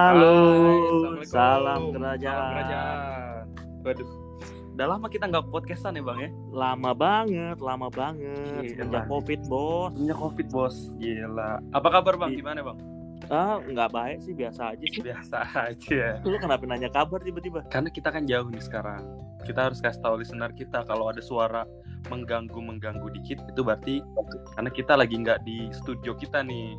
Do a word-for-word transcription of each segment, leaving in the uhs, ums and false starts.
Halo, Hai, salam Assalamualaikum. kerajaan. Salam kerajaan. Waduh, udah lama kita nggak podcastan ya bang ya? Lama banget, lama banget. Gila. Semenjak Covid, bos. Punya covid bos, gila. Apa kabar bang? I- Gimana bang? Ah, nggak baik sih, biasa aja sih. Biasa aja. Lu kenapa nanya kabar tiba-tiba? Karena kita kan jauh nih sekarang. Kita harus kasih tahu listener kita kalau ada suara mengganggu mengganggu dikit itu berarti karena kita lagi nggak di studio kita nih.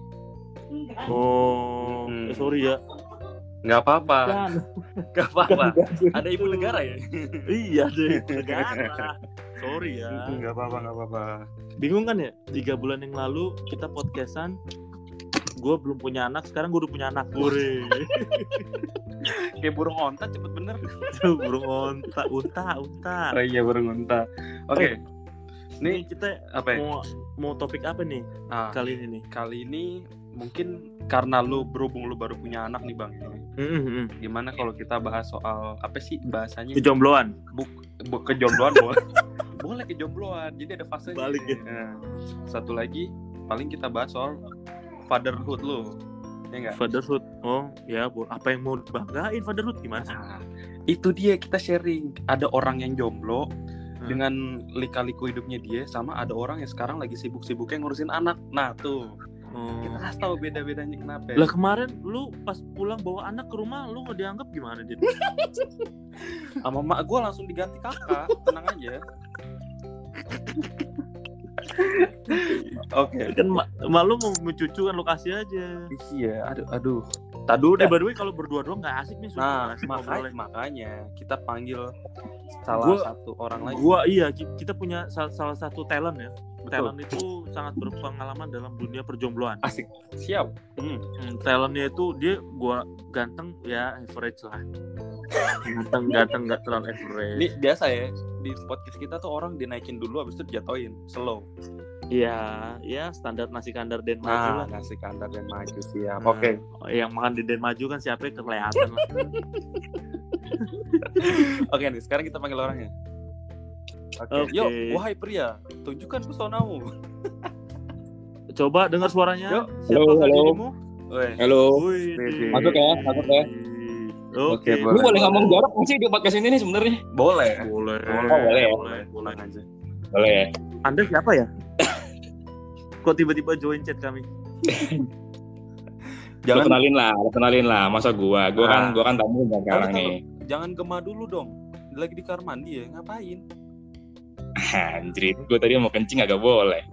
Oh, Hmm. eh, sorry ya. Nggak apa-apa, Kan, nggak apa-apa. kan Ada ibu negara ya? Iya deh, negara. Sorry ya. Nggak apa-apa, nggak apa-apa. Bingung kan ya? Tiga bulan yang lalu kita podcastan. Gue belum punya anak, sekarang gue udah punya anak. Bure. Kayak burung onta cepet bener. Burung unta, unta, unta. Oh iya burung onta. Oke. Nih Nih kita apa ya? mau mau topik apa nih Ah, kali ini nih? kali ini mungkin karena lu berhubung lu baru punya anak nih bang, Mm-mm. gimana kalau kita bahas soal apa sih bahasanya? Kejombloan. Buk, bu, kejombloan boleh, boleh kejombloan. Jadi ada fasenya. Balik ya. Nah, satu lagi paling kita bahas soal fatherhood lu, ya nggak? Fatherhood. Oh ya, bu. Apa yang mau dibanggain fatherhood gimana sih? Nah, itu dia kita sharing. Ada orang yang jomblo Hmm. dengan lika-liku hidupnya dia, sama ada orang yang sekarang lagi sibuk-sibuknya ngurusin anak. Nah tuh Oh. kita kasih tahu beda-bedanya kenapa. Lah kemarin lu pas pulang bawa anak ke rumah lu nggak dianggap gimana dia? Sama mak gue langsung diganti kakak, tenang aja. Oke. Kan ma- mak lu mau mencucu kan lokasi aja. Iya, aduh, aduh. Tadu Eh udah. by the way kalau berdua doang nggak asik nih. sumpah, Nah, nggak asik makanya, ngobrolnya. makanya kita panggil salah Gua- satu orang lagi. Gua iya ki- kita punya sal- salah satu talent ya. Betul. Talent itu sangat berpengalaman dalam dunia perjombloan. Asik. Siap. Hmm. Hmm, talentnya itu dia gua ganteng ya average lah. Ganteng ganteng nggak terlalu average. Ini biasa ya, di podcast kita tuh orang dinaikin dulu habis itu dijatuhin slow. Iya, ya standar nasi kandar dan maju Nah, lah. nasi kandar dan maju siap. Nah, Oke. Yang makan di Den Maju kan siapa yang kelihatan lah. Oke nih, sekarang kita panggil orangnya. Oke. Oke. Yuk, wahai pria, tunjukkan pesonamu. Coba dengar suaranya. Yuk. Siapakah Halo, halo. dirimu? Weh. Halo. Wih, Wih. Masuk ya, masuk ya. Oke, Oke, Lu boleh ngomong jorok nggak sih di podcast ini nih sebenarnya? Boleh. Boleh. Oh, boleh ya? Boleh, boleh. Tenang aja. Boleh ya. Anda siapa ya? Kok tiba-tiba join chat kami? Lu Jangan kenalin lah, lu kenalin lah. Masa gua, gua kan, Ah. gua kan tamu Tahu, sekarang tahu. nih. Jangan gema dulu dong. Lagi di kamar mandi ya, ngapain? Anjir, gua tadi mau kencing agak boleh.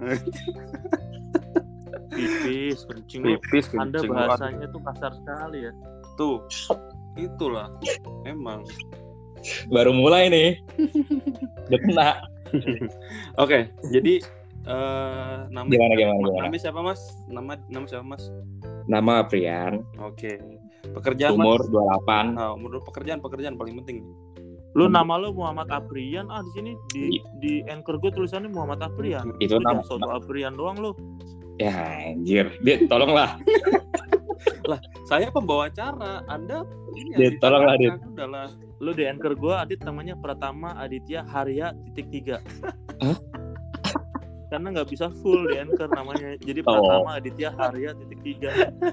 Pipis, kencing lu. Pipis, Anda kencing. bahasanya tuh kasar sekali ya. Tuh, itulah. Emang. Baru mulai nih. Udah kena. Oke, jadi eh nama Gimana, gimana, gimana? nama siapa mas? Nama nama siapa mas? Nama Prian, Oke. Pekerjaan umur mas? dua puluh delapan. Nah, umur pekerjaan pekerjaan paling penting. Lu Hmm. nama lu Muhammad Aprian. Ah, di sini di di anchor gue tulisannya Muhammad Aprian. Itu Lu nama. jangan soto Aprian doang lu. Ya anjir, Dit, tolonglah. Saya pembawa acara, Anda ini Dit, Adit tolonglah, Tarakan, Dit. udahlah. Lu di anchor gue Adit namanya Pratama Aditya Harya titik tiga. Hah? Karena nggak bisa full di anchor namanya. Jadi Oh. Pratama Aditya Harya titik tiga.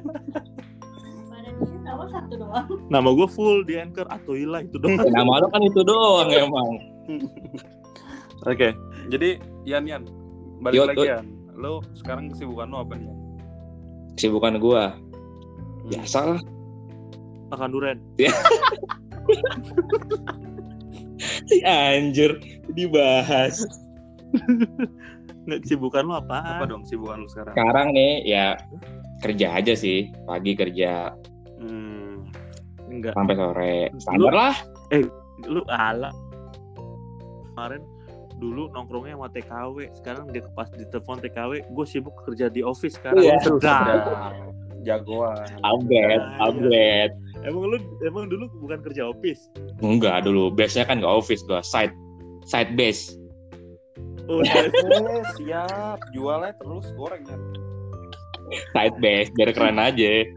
Nama satu doang. Nama gue full di anchor atau ilah itu doang. Nama lu kan itu doang emang. Oke, jadi Yan Yan, balik Yo, lagi yo. Yan. Lo sekarang kesibukan lo apa nih? Yan? Kesibukan gua, Hmm. biasa lah. Makan duren. Anjir, dibahas. Nggak kesibukan lu Apa apaan? dong kesibukan lo sekarang? Sekarang nih ya kerja aja sih, pagi kerja Hmm. Enggak. sampai sore. Standar lah. Lu ala. Kemarin dulu nongkrongnya sama T K W, sekarang dia pas di telepon T K W, gue sibuk kerja di office sekarang. Iya. Sedap. Sedap. Jagoan. Upgrade, Nah, upgrade. Emang lu emang dulu bukan kerja office? Enggak dulu, base-nya kan nggak office, gua side side base. Oh, Eh, siap, jualnya terus goreng ya. Side base biar keren aja.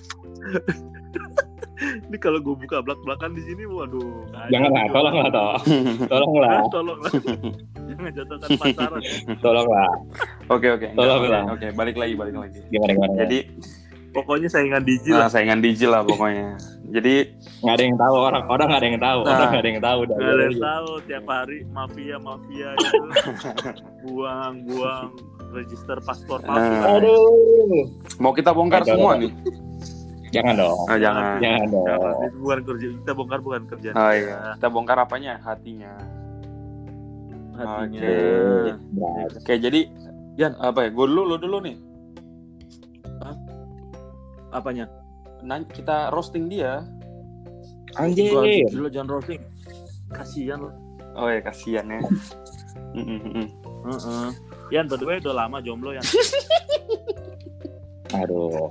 ini kalau gue buka belak-belakan di sini, waduh. Jangan lah, tolong lah, tolong. Tolong lah, Ah, tolong lah. Jangan jatuhkan pasaran. tolong lah. Oke oke. Tolong Oke, lah. Oke, balik lagi balik lagi. Gimana gimana? Jadi Pokoknya saingan Digi Nah, lah. saingan Digi lah pokoknya. Jadi Nggak ada yang tahu orang, orang nggak ada yang tahu, Nah. orang nggak ada yang tahu. Gak ada yang tahu tiap hari mafia mafia itu buang buang register paspor palsu. Nah. Aduh, mau kita bongkar Ada. semua nih. jangan dong, Ah, jangan. jangan dong. Itu bukan kerja kita bongkar bukan kerjaan. Oh kita. iya, kita bongkar apanya? Hatinya. Hatinya. Oke. Berat. Oke, jadi Yan, apa ya? Gue dulu, lo dulu nih. Apanya? Nah, kita roasting dia. Anjir. Gua dulu jangan roasting. Kasihan lo. Oh ya, kasihan ya. Mm, mm, mm. Heeh. Yan, by the way udah lama jomblo Yan. Aduh.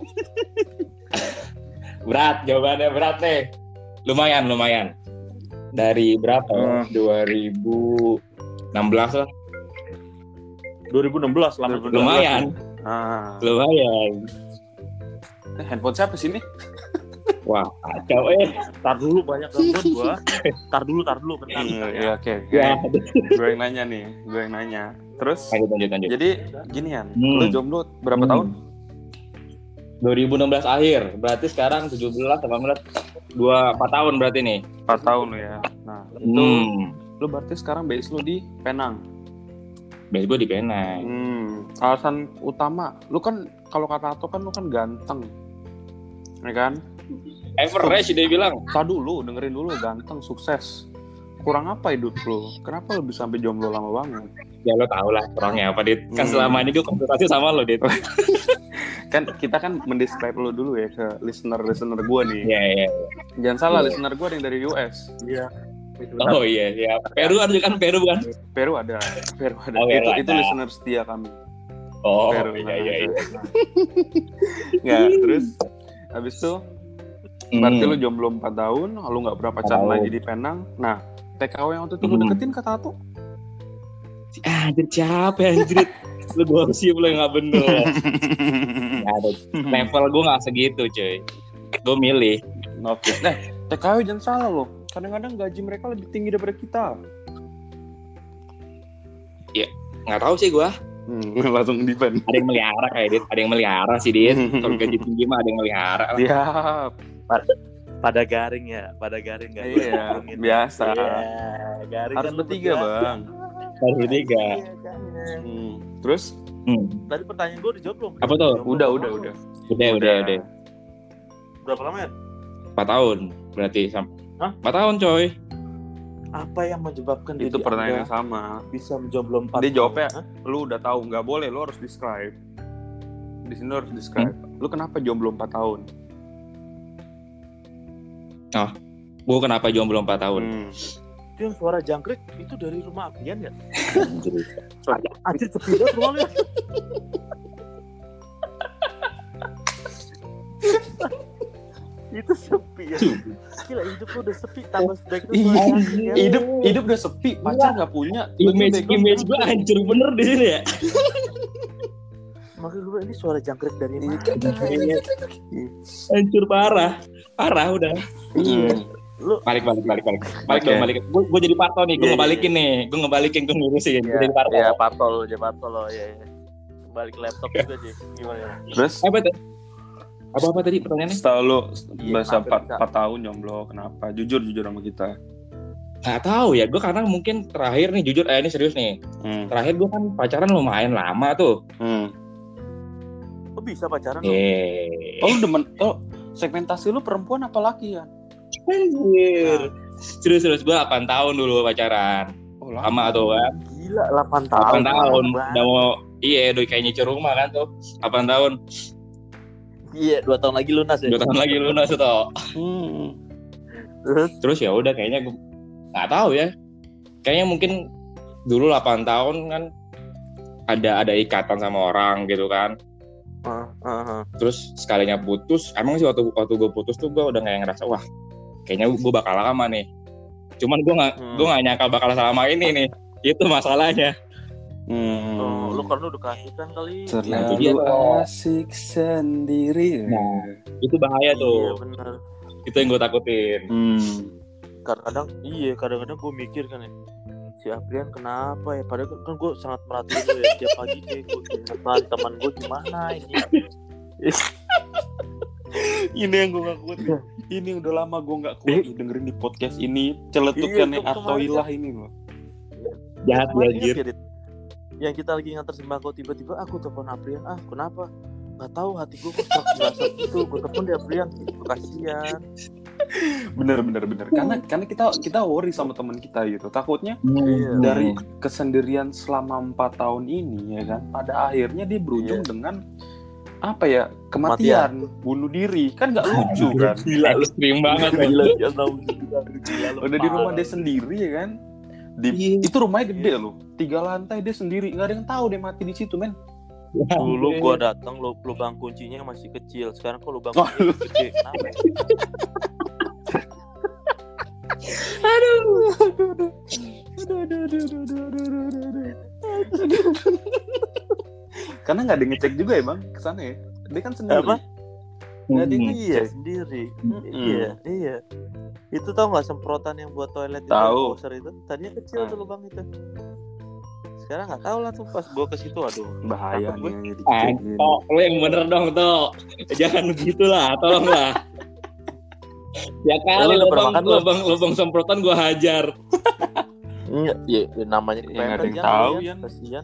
Berat, jawabannya berat nih. Lumayan, lumayan. Dari berapa? Hmm. dua ribu enam belas lah. dua ribu enam belas lama juga. Lumayan, Ah. lumayan. Eh, handphone siapa sih ini? Wah, kacau eh. Tar dulu banyak gangguan gua. Tar dulu, tar dulu bentar. bentar, Iya, ya. oke. Ya, Gue yang nanya nih, gue yang nanya. Terus, lanjut, lanjut, lanjut. jadi gini Yan, Hmm. lo jomblo berapa Hmm. tahun? dua ribu enam belas akhir, berarti sekarang tujuh belas, delapan belas, dua, empat tahun berarti nih. empat tahun lo ya. Nah, itu Hmm. lo berarti sekarang base lo di Penang. Base gue di Penang. Hmm. Alasan utama, lo kan kalau kata Ato kan lo kan ganteng. Ya kan? Average dia bilang. Tadi dulu, dengerin dulu, ganteng, sukses. Kurang apa hidup lo? Kenapa lo bisa sampai jomblo lama banget? Ya lo tau lah kurangnya apa, Dit. Kan Hmm. selama ini gue konsultasi sama lo, Dit. Kan kita kan mendescribe lo dulu ya ke listener-listener gue nih. Iya, iya. Jangan salah, Iya. listener gue ada yang dari U S. Iya. Oh iya, iya. Peru ada kan, Peru kan? Peru ada, Peru ada. Oh, Peru itu, ada. itu listener setia kami. Oh Peru. iya, iya, iya. Ya, terus habis itu berarti Hmm. lu jomblo empat tahun, lu nggak pernah pacaran Tahun. lagi di Penang. Nah, T K W yang waktu itu lu Hmm. deketin kata Ato. Ah, anjir capek anjir. Lu gosip lu yang gak bener. Nggak ada. Level gue gak segitu cuy. Gue milih. Oke. Nah, T K W jangan salah loh. Kadang-kadang gaji mereka lebih tinggi daripada kita. Gak tahu sih gue. Hmm, langsung defend. Ada yang melihara kayak Dit. Ada yang melihara sih Dit. Kalau gaji tinggi mah ada yang melihara lah. Siap. Pada garing ya, pada garing enggak. Iya, biasa. garing Harus kan lu bertiga, berdua. Bang. Harus bertiga. Iya, jangan. Hmm. Terus? Hmm. Tadi pertanyaan gue dijawab belum? Apa tuh? Jomblo Udah, berapa udah, lama? udah. Udah, udah, udah. Berapa lama ya? empat tahun berarti. Sam- Hah? empat tahun coy. Apa yang menyebabkan Itu diri pertanyaan yang Anda sama. bisa menjomblo empat Dia jawabnya, tahun? Hah? lu udah tahu, nggak boleh, lu harus describe. Di sini lu harus describe. Lu kenapa jomblo empat tahun? Gue kenapa jomblo empat tahun? Hmm. Itu yang suara jangkrik itu dari rumah Apian ya? Anjir. Anjir sepi banget rumah lu ya. Itu sepi ya. Gila hidup lu udah sepi tambah sedek itu suara Iya. jangkrik ya. Hidup hidup udah sepi, pacar nggak punya. Image image gue hancur bener di sini ya. Makanya gue ini suara jangkrik dari mana? Hancur parah. Parah udah. Iya. Lu Balik balik balik balik. Balik Oke. dong balik. Gue gue jadi pato nih. Gue Iya, ngebalikin nih. Gue ngebalikin gue ngurusin. Gue jadi pato. ya patol, ya patol lo ya. ya. Balik ke laptop juga sih. Gimana ya? Terus Apa tuh? Apa apa tadi pertanyaannya? setelah lu Iya, bahasa kenapa bisa? empat tahun jomblo, kenapa? Jujur jujur sama kita. Gak tahu ya. Gue karena mungkin terakhir nih jujur. Eh ini serius nih. Hmm. Terakhir gue kan pacaran lumayan lama tuh. Hmm. Kok bisa pacaran lu? Eh. Oh, lu demen. Oh, segmentasi lu perempuan apa laki ya? Anjir. Serius serius gue delapan tahun dulu pacaran. Oh, Lama tuh kan. Gila delapan tahun. delapan tahun. Bang. Udah mau iya udah kayak nyicil rumah kan tuh. delapan tahun. Iya, dua tahun lagi lunas ya. dua tahun lagi lunas tuh. Hmm. Terus Terus ya udah kayaknya gue nggak tahu ya. Kayaknya mungkin dulu delapan tahun kan ada ada ikatan sama orang gitu kan. uh, uh, uh. Terus sekalinya putus, emang sih waktu waktu gue putus tuh gue udah kayak ngerasa wah kayaknya gue bakal lama nih. Cuman gue nggak Hmm. gue nggak nyangka bakal selama ini nih. Itu masalahnya. Hmm. Oh, lu karena udah kasihkan kali. Nah, itu dia Terlalu tuh. asik sendiri. Nah. Itu bahaya Iya tuh. benar. Itu yang gue takutin. Hmm. Kadang-kadang iya, kadang-kadang gue mikir kan ya. Si Aprian kenapa ya? Padahal kan gue sangat merhatiin lu ya. Tiap pagi kayak gue kenapa teman gue gimana ini. Ini yang gue gak kuat. Ini udah lama gue gak kuat nih dengerin di podcast ini celetukannya Iya, Atoilah ini loh. Jahat ya Kemarin anjir. ingat ya, Dit? Yang kita lagi nganter sembako tiba-tiba aku telepon Aprian, ah kenapa? Nggak tahu hati gue kok stuck berasa gitu. Gue telepon dia Aprian, gitu kasihan. Bener bener bener. Karena karena kita kita worry sama teman kita gitu. Takutnya Iya. dari kesendirian selama empat tahun ini ya kan, pada akhirnya dia berujung Iya. dengan apa ya, kematian, bunuh diri, kan nggak lucu kan. Gila lu. Ekstrim banget ya. Gila dia tahu gila, gila lu. Udah di rumah parah. dia sendiri ya kan. Di, Iya. itu rumahnya gede loh, tiga lantai dia sendiri, nggak ada yang tahu dia mati di situ men. Dulu gua datang lu lubang kuncinya masih kecil. Sekarang kok lubang Oh. kuncinya gede. Kenapa? Aduh. Karena nggak ada yang ngecek juga ya bang kesana ya, dia kan sendiri. Apa? Nggak ada yang Hmm. iya sendiri. Iya, iya. Itu tau nggak semprotan yang buat toilet itu, Tahu. washer itu? Tadinya kecil Ah. tuh lubang itu. Sekarang nggak tahu lah tuh pas gua ke situ, aduh. Bahaya Takut nih gue. yang Ah, Tok, lo yang bener dong, Tok. Jangan begitulah, tolonglah. Ya kali Lo udah pernah lubang, makan belum? lubang, lubang semprotan gua hajar. Iya, iya, ya, namanya Ya, nggak ada kepepet yang kan, tahu, kalian. Yan. Kasihan.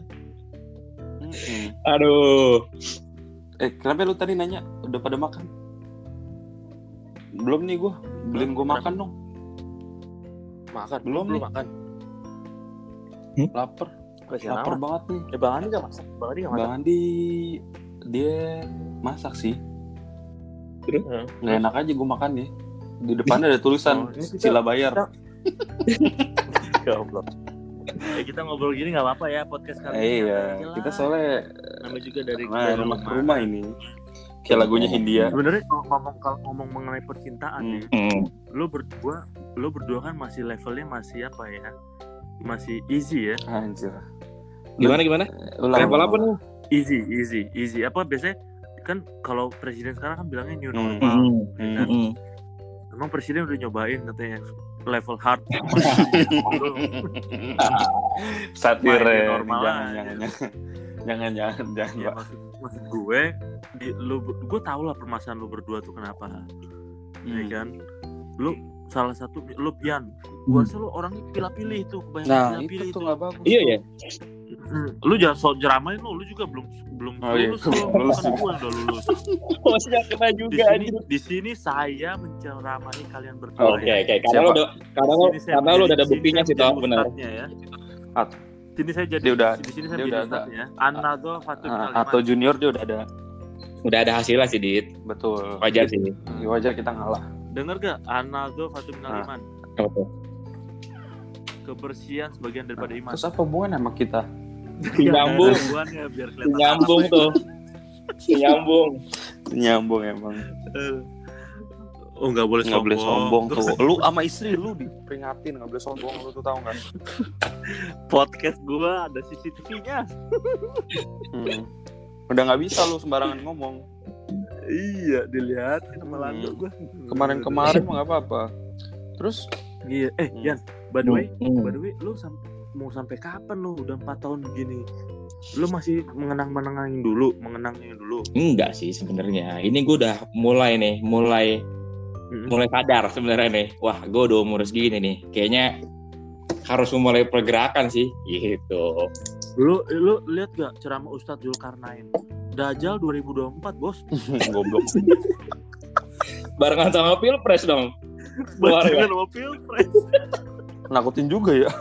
Aduh. Eh kenapa lu tadi nanya udah pada makan? Belum nih gua, beliin gua Kenapa? makan dong. Makan Belum belum nih. makan. Lapar, Kasihan lapar amat. banget nih. Eh Bang Andi nggak masak? Bang Andi nggak Bang masak? Andi dia masak sih. Heeh. Nggak enak aja gua makan nih. Di depannya ada tulisan Oh, ini kita- sila bayar. Ya Allah. Eh kita ngobrol gini nggak apa-apa ya podcast kali Eh, ini. iya, santai aja kita lah. soalnya namanya juga dari nah, dari rumah ke rumah ini. Kayak lagunya Hindia. Sebenarnya kalau ngomong kalau ngomong mengenai percintaan Hmm. ya, Hmm. lo berdua lo berdua kan masih levelnya masih apa ya? Masih easy ya. Anjir. Gimana gimana? Ulang, Level ulang, apa nih? Easy, easy, easy. Apa biasanya kan kalau presiden sekarang kan bilangnya new Hmm. normal. Hmm. ya kan? Hmm. Emang presiden udah nyobain katanya yang level hard. Satir Main ya, normal jangan, aja. jangan, jangan, jangan, jangan, jangan, Ya Pak. maksud, maksud gue di, lu gue tau lah permasalahan lu berdua tuh kenapa. Ya Hmm. kan? Lu salah satu lu Pian. Gua rasa lu orangnya pilih-pilih tuh, kebanyakan Nah pilih-pilih itu tuh nggak bagus. Iya tuh. ya. Hmm, lu jangan sok jeramain lu, lu juga belum belum Oh, iya. lulus, belum Lulus. bukan gua yang udah lulus. Bosnya kena Di juga sini, anjir. di sini saya menceramai kalian berdua. Oke ya. oke, karena Siapa? lo udah karena lo Di sini saya karena lo menjadi- udah ada di sini buktinya saya sih, Tok, menjadi benar. ustadznya ya. At- Sini saya jadi Dia udah- di sini saya dia menjadi udah ada. ustadznya. Anado Fatul Ah, Kalimat. atau junior dia udah ada. Udah ada hasilnya sih, Dit. Betul. Wajar sih. Ya, wajar kita ngalah. Dengar gak? Anado Fatul Kalimat. Apa tuh? Kebersihan sebagian daripada iman. Terus apa hubungan sama kita? Nyambung. Hubungannya biar kelihatan Nyambung apa. tuh. Nyambung. Nyambung emang. Oh nggak boleh Nggak boleh sombong Terus tuh. Lu sama istri lu diperingatin nggak boleh sombong, lu tuh tahu nggak? podcast gua ada C C T V-nya. Hmm. Udah nggak bisa lu sembarangan ngomong. Iya, dilihatin sama Hmm. Lando gua. Kemarin-kemarin mah nggak apa-apa. Terus Iya, eh Hmm. Yan, by the way, Hmm. by the way, lu sam- mau sampai kapan lu? Udah empat tahun begini. Lu masih mengenang-menangin dulu, mengenangin dulu. Enggak sih sebenarnya. Ini gue udah mulai nih, mulai Mm-mm. mulai sadar sebenarnya nih. Wah, gue udah umur segini nih. Kayaknya harus memulai pergerakan sih, gitu. Lu lu lihat gak ceramah Ustadz Zulkarnain? Dajjal dua ribu dua puluh empat, Bos. goblok. Barengan sama Pilpres dong. Keluar ya? Barengan sama Pilpres. Nakutin juga ya.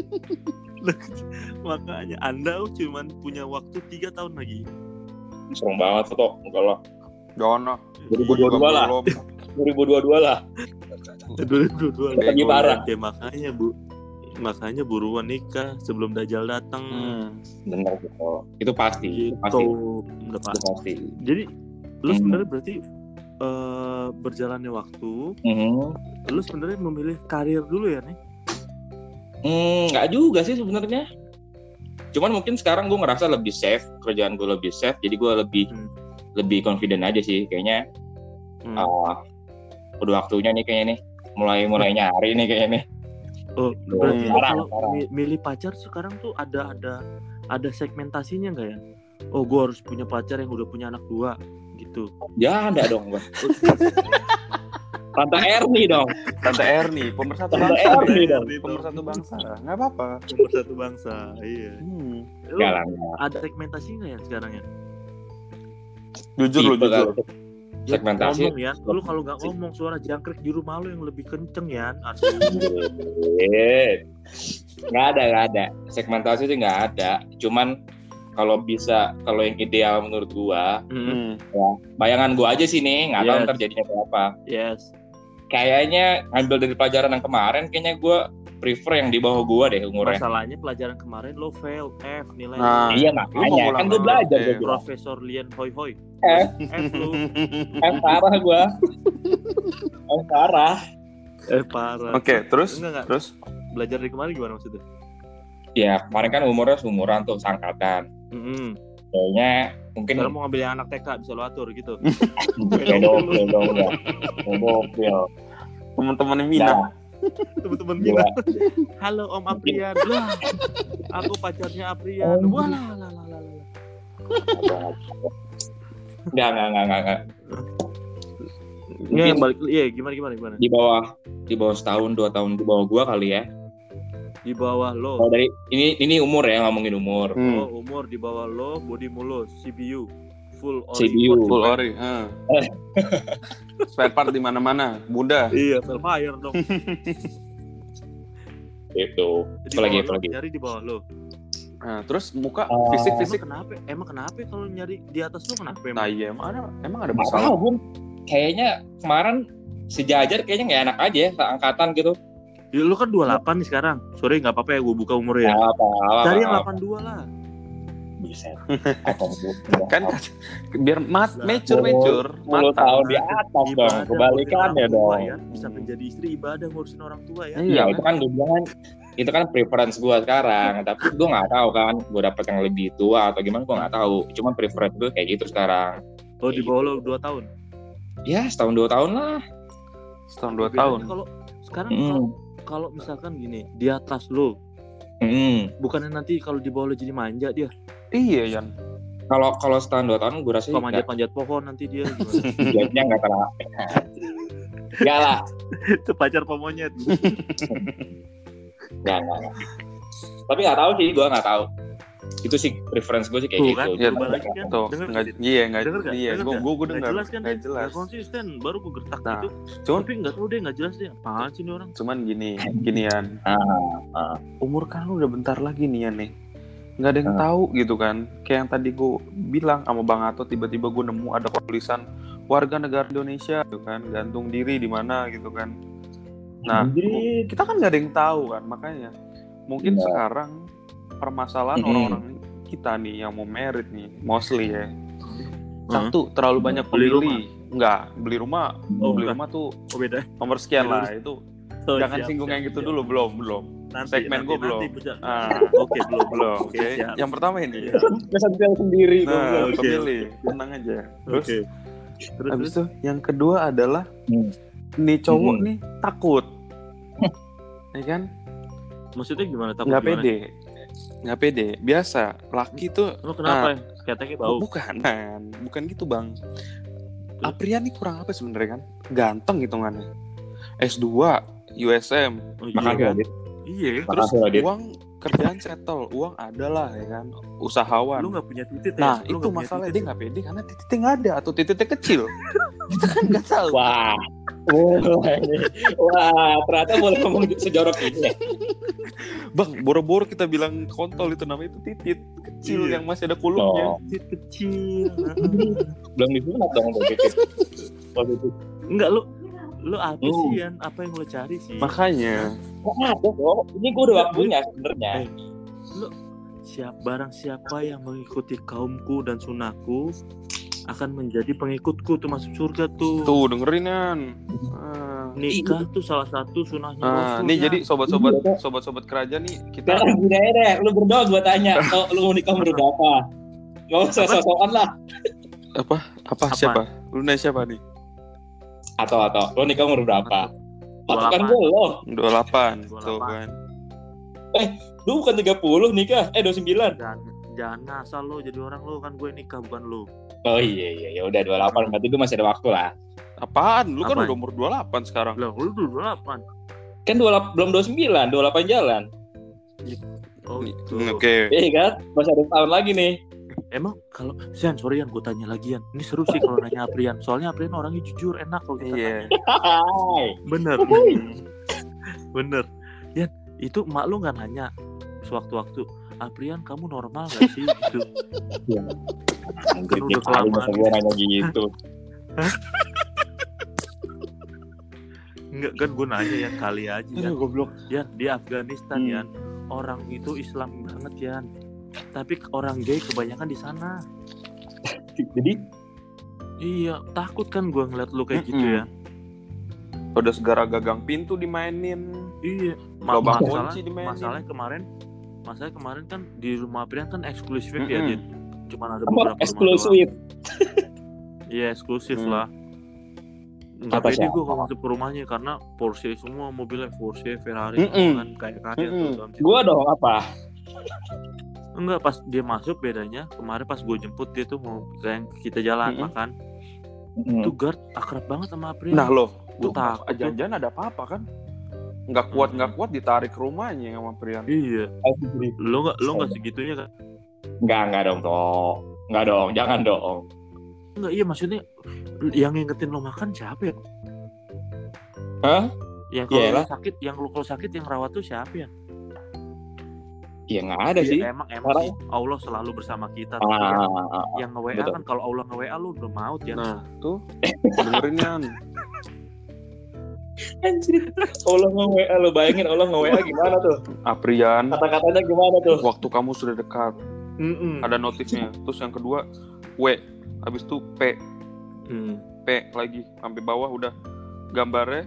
Makanya Anda cuma punya waktu tiga tahun lagi. Serem banget tuh, enggak lah. Jangan lah. dua ribu dua puluh dua lah. Belum. dua ribu dua puluh dua lah. dua ribu dua puluh dua Lagi parah. Ya, makanya Bu. Makanya buruan nikah sebelum Dajjal datang. Hmm. Bener gitu. Itu pasti, itu Gitu. pasti. Udah Itu pasti. pasti. Jadi lu Hmm. sebenarnya berarti eh, berjalannya waktu, Mhm. lu sebenarnya memilih karir dulu ya nih. Hmm, nggak juga sih sebenarnya. Cuman mungkin sekarang gue ngerasa lebih safe, kerjaan gue lebih safe, jadi gue lebih Hmm. lebih confident aja sih. Kayaknya Hmm. ah, udah waktunya nih kayaknya nih. Mulai mulai nyari nih kayaknya nih. Oh, berarti lu Sekarang, kalau sekarang. mi- milih pacar sekarang tuh ada ada ada segmentasinya nggak ya? Oh, gue harus punya pacar yang udah punya anak dua, gitu. Ya ada dong gua. Tante Erni dong. Tante Erni, pemersatu Tante bangsa. Erni dong. Pemersatu bangsa. Nggak apa-apa. Pemersatu bangsa. Iya. Hmm. Lu Enggak lah. enggak. ada segmentasi nggak ya sekarang ya? Jujur lo, Tipe jujur. kali. Ya, Segmentasi. ngomong ya. Lu kalau nggak ngomong suara jangkrik di rumah lu yang lebih kenceng ya. Aduh. Nggak ada, nggak ada. Segmentasi sih nggak ada. Cuman kalau bisa, kalau yang ideal menurut gua, Mm-mm. Hmm. bayangan gua aja sih nih, nggak tahu Yes. ntar jadinya berapa. Yes. Kayaknya ngambil dari pelajaran yang kemarin, kayaknya gua prefer yang di bawah gua deh umurnya. Masalahnya pelajaran kemarin lo fail F nilai. Nah. Iya Lu makanya, mau kan ulang gua lagi. belajar Eh, gua bilang. Profesor Lian Hoi Hoi. F, F lu. F parah gua. F parah. F parah. Oke, terus Enggak, enggak. terus Belajar dari kemarin gimana maksudnya? Ya kemarin kan umurnya seumuran tuh, sangkatan. Mm-mm. Kayaknya mungkin Sekarang mau ngambil yang anak T K bisa lo atur gitu. pedofil dong ya. Pedofil. teman-teman Mina. Nah, Teman-teman gua Mina. Halo Om Aprian. Lah. Aku pacarnya Aprian. Wah lah lah lah lah. lah. Enggak, enggak, enggak, enggak, enggak. Iya, yang balik iya gimana gimana gimana. Di bawah di bawah setahun, dua tahun di bawah gua kali ya. Di bawah lo. Kalau dari ini ini umur ya, ngomongin umur. Hmm. Oh, umur di bawah lo, body mulus, C B U, full ori. C B U. Full ori. Heeh. Spare part di mana-mana. Mudah. Iya, Velfire dong. Itu. Di Apalagi bawah lo, apalagi. nyari di bawah lo. Nah, terus muka Oh. fisik-fisik. Emang kenapa? Emang kenapa kalau nyari di atas lo kenapa Nah, emang? iya emang ada emang ada Nggak masalah. tahu, Bun. Kayaknya kemarin sejajar kayaknya nggak enak aja ya, seangkatan gitu. Ya, lu kan dua puluh delapan nih sekarang. Sorry nggak apa-apa ya gue buka umurnya. Nggak apa, apa, Cari yang apa. delapan puluh dua lah. Bisa. Apa, Kan biar mat mature mature, sepuluh matang. tahun di atas dong, Ibadah, kebalikannya ngurusin orang tua dong. ya. Bisa menjadi istri ibadah ngurusin orang tua ya. Iya, itu kan gue bilang kan, itu kan preference gue sekarang. Tapi gue nggak tahu kan, gue dapet yang lebih tua atau gimana gue nggak tahu. Cuman preference gue kayak gitu sekarang. Oh di bawah lo dua tahun. Ya setahun dua tahun lah. Setahun dua Bedanya tahun. Kalau sekarang Hmm. kalau kalau misalkan gini di atas lo, Hmm. bukannya nanti kalau di bawah lo jadi manja dia. Iya, Yan. Kalau kalau setahun dua tahun gue rasa Kalau manjat-manjat pohon nanti dia gimana? jadinya nggak terlalu. Enggak lah. Itu pacar pemonyet. Nggak, nggak, nggak. Tapi nggak tahu sih, gue nggak tahu. Itu sih preference gue sih kayak Tuh gitu. kan, Iya, berubah lagi kan. Tuh, Denger nggak nggak? iya nggak Denger nggak? iya, Denger gue nggak? gue gue Nggak dengar. jelas kan Nggak dia? jelas. Nggak konsisten. Baru gue gertak Nah, gitu. cuman Tapi nggak tahu deh nggak jelas dia. Apaan sih ini orang? cuman gini, gini Yan. Ah, ah. Umur kan lu udah bentar lagi nih Yan nih. Nggak ada yang Ah. tahu gitu kan. Kayak yang tadi gue bilang sama Bang Ato, tiba-tiba gue nemu ada tulisan warga negara Indonesia gitu kan, gantung diri di mana gitu kan. Nah, Anjir. kita kan nggak ada yang tahu kan, makanya mungkin Iya. sekarang permasalahan Mm-mm. orang-orang kita nih yang mau merit nih, mostly ya. Hmm. Satu, terlalu banyak Beli pemilih. Enggak, beli rumah, Oh, beli bukan. rumah tuh Oh beda. nomor sekian Beli lah itu. Oh, Jangan siap, singgung siap, yang gitu siap. dulu, belum, belum. Nanti, Segmen nanti, gua belum. nanti, bisa. Ah, Oke belum belum. Oke. Oke. Siap. Yang pertama ini. Iya. Kesan sendiri. Nah, Oke, pemilih, tenang aja. Terus Oke. Terus habis terus. itu yang kedua adalah Hmm. nih cowok Hmm. nih takut. Ya kan? Maksudnya gimana? Takut Nggak gimana? pede. Nggak pede. Biasa, laki tuh Lo kenapa? Keteknya bau. bukan, man. Bukan gitu, Bang. Aprian nih kurang apa sebenarnya kan? Ganteng hitungannya. S dua, U S M, Oh, iya. Makasih kan? Adit. Iya. Terus Makasih, Adit. uang kerjaan settle, uang ada lah ya kan, usahawan. Lu nggak punya titik ya? Nah Lu itu nggak punya masalah titik dia ya? nggak pede karena titiknya nggak ada atau titiknya kecil. Kita kan nggak tahu. Wah. Wah, ini. Wah, ternyata boleh ngomong sejorok ini ya. Bang, boro-boro kita bilang kontol itu namanya itu titit kecil Iya. yang masih ada kulupnya. Oh. Titik kecil. Belum disunat dong tuh titik. Waktu itu. Enggak lu lu apa Hmm. sih Yan? Apa yang lu cari sih? Makanya Kok ada kok? Ini gue udah waktunya sebenarnya. Eh, lu siap barang siapa yang mengikuti kaumku dan sunahku akan menjadi pengikutku tuh masuk surga tuh. tuh dengerin kan. Ah. Nikah tuh salah satu sunahnya Nah, Rasul, nih ya. jadi sobat-sobat Iya. sobat-sobat kerajaan nih kita Sekarang gini aja deh, lu berdoa gue tanya, oh, lu mau nikah umur berapa? Gak usah Apa? sok-sokan lah. apa apa Apa? siapa? Lu nanya siapa nih? Atau atau, lu nikah umur berapa? Dua Atau kan delapan. gue lo, dua puluh delapan dua puluh tuh delapan. kan. lu bukan tiga puluh nikah, eh dua puluh sembilan. Dan jangan ngasal lo jadi orang lo, kan gue nikah bukan lo. Oh iya iya ya udah dua puluh delapan berarti gue masih ada waktu lah. Apaan? Lu kan Apaan? udah umur dua puluh delapan sekarang. Lah lu dulu delapan. Kan dua puluh delapan, belum dua puluh sembilan, dua puluh delapan jalan. Oh gitu. Oke. Iya kan? Masih ada tahun lagi nih. Emang kalau Sian, sorry Yan, gue tanya lagi Yan. Ini seru sih kalau nanya Aprian. Soalnya Aprian orangnya jujur, enak kalau kita Iya. tanya. Hai. Bener. Bener. Yan, itu emak lu nggak nanya sewaktu-waktu, Aprian kamu normal nggak sih gitu? Anjir, Kan udah tiap kali kelamaan. masa gue nanya gitu. Enggak kan gue nanya Yan, kali aja Yan. goblok. Yan di Afghanistan Hmm. Yan, orang itu Islam banget Yan. Tapi orang gay kebanyakan di sana. Jadi Iya, takut kan gue ngeliat lu kayak gitu Mm-mm. ya. Udah segara gagang pintu dimainin. Iya. Ma- Lubang masalah, kunci dimainin. masalahnya kemarin, masalahnya kemarin kan di rumah Aprian kan eksklusif ya, Mm-mm. Dit. Cuma ada apa beberapa rumah eksklusif? doang. Iya, eksklusif Hmm. lah. Nggak Apa pede sih? gue kalau masuk ke rumahnya karena Porsche semua, mobilnya Porsche, Ferrari Mm-mm. semua kan kayak kaya Mm-mm. tuh dalam situ. Gua dong apa? Enggak, pas dia masuk bedanya kemarin pas gue jemput dia tuh mau kayak kita jalan Mm-mm. makan. Hmm. Tuh guard akrab banget sama Aprian. Nah loh, Tuh tuh takut tuh. jangan-jangan ada apa-apa kan? Nggak kuat Hmm. nggak kuat ditarik ke rumahnya sama Prian. Iya. Lo nggak lo nggak segitunya kan? Enggak, enggak dong, dong. Enggak dong, jangan dong. Enggak, iya maksudnya yang ngingetin lo makan siapa ya? Hah? Yang kalau Iyalah. lo sakit, yang lo kalau sakit yang rawat tuh siapa ya? Iya enggak ada Iya, sih. emang emang Orang- sih Allah selalu bersama kita. Tapi Ah, yang, ah, ah. yang nge-W A betul. kan kalau Allah nge-W A lu udah maut ya. Nah tuh dengerin Yan. Anjir. Allah nge-W A lo, bayangin Allah nge-W A gimana tuh? Aprian, Kata-katanya gimana tuh? waktu kamu sudah dekat. Mm-mm. Ada notifnya. Terus yang kedua W, habis itu P, Hmm. P lagi sampai bawah udah gambarnya.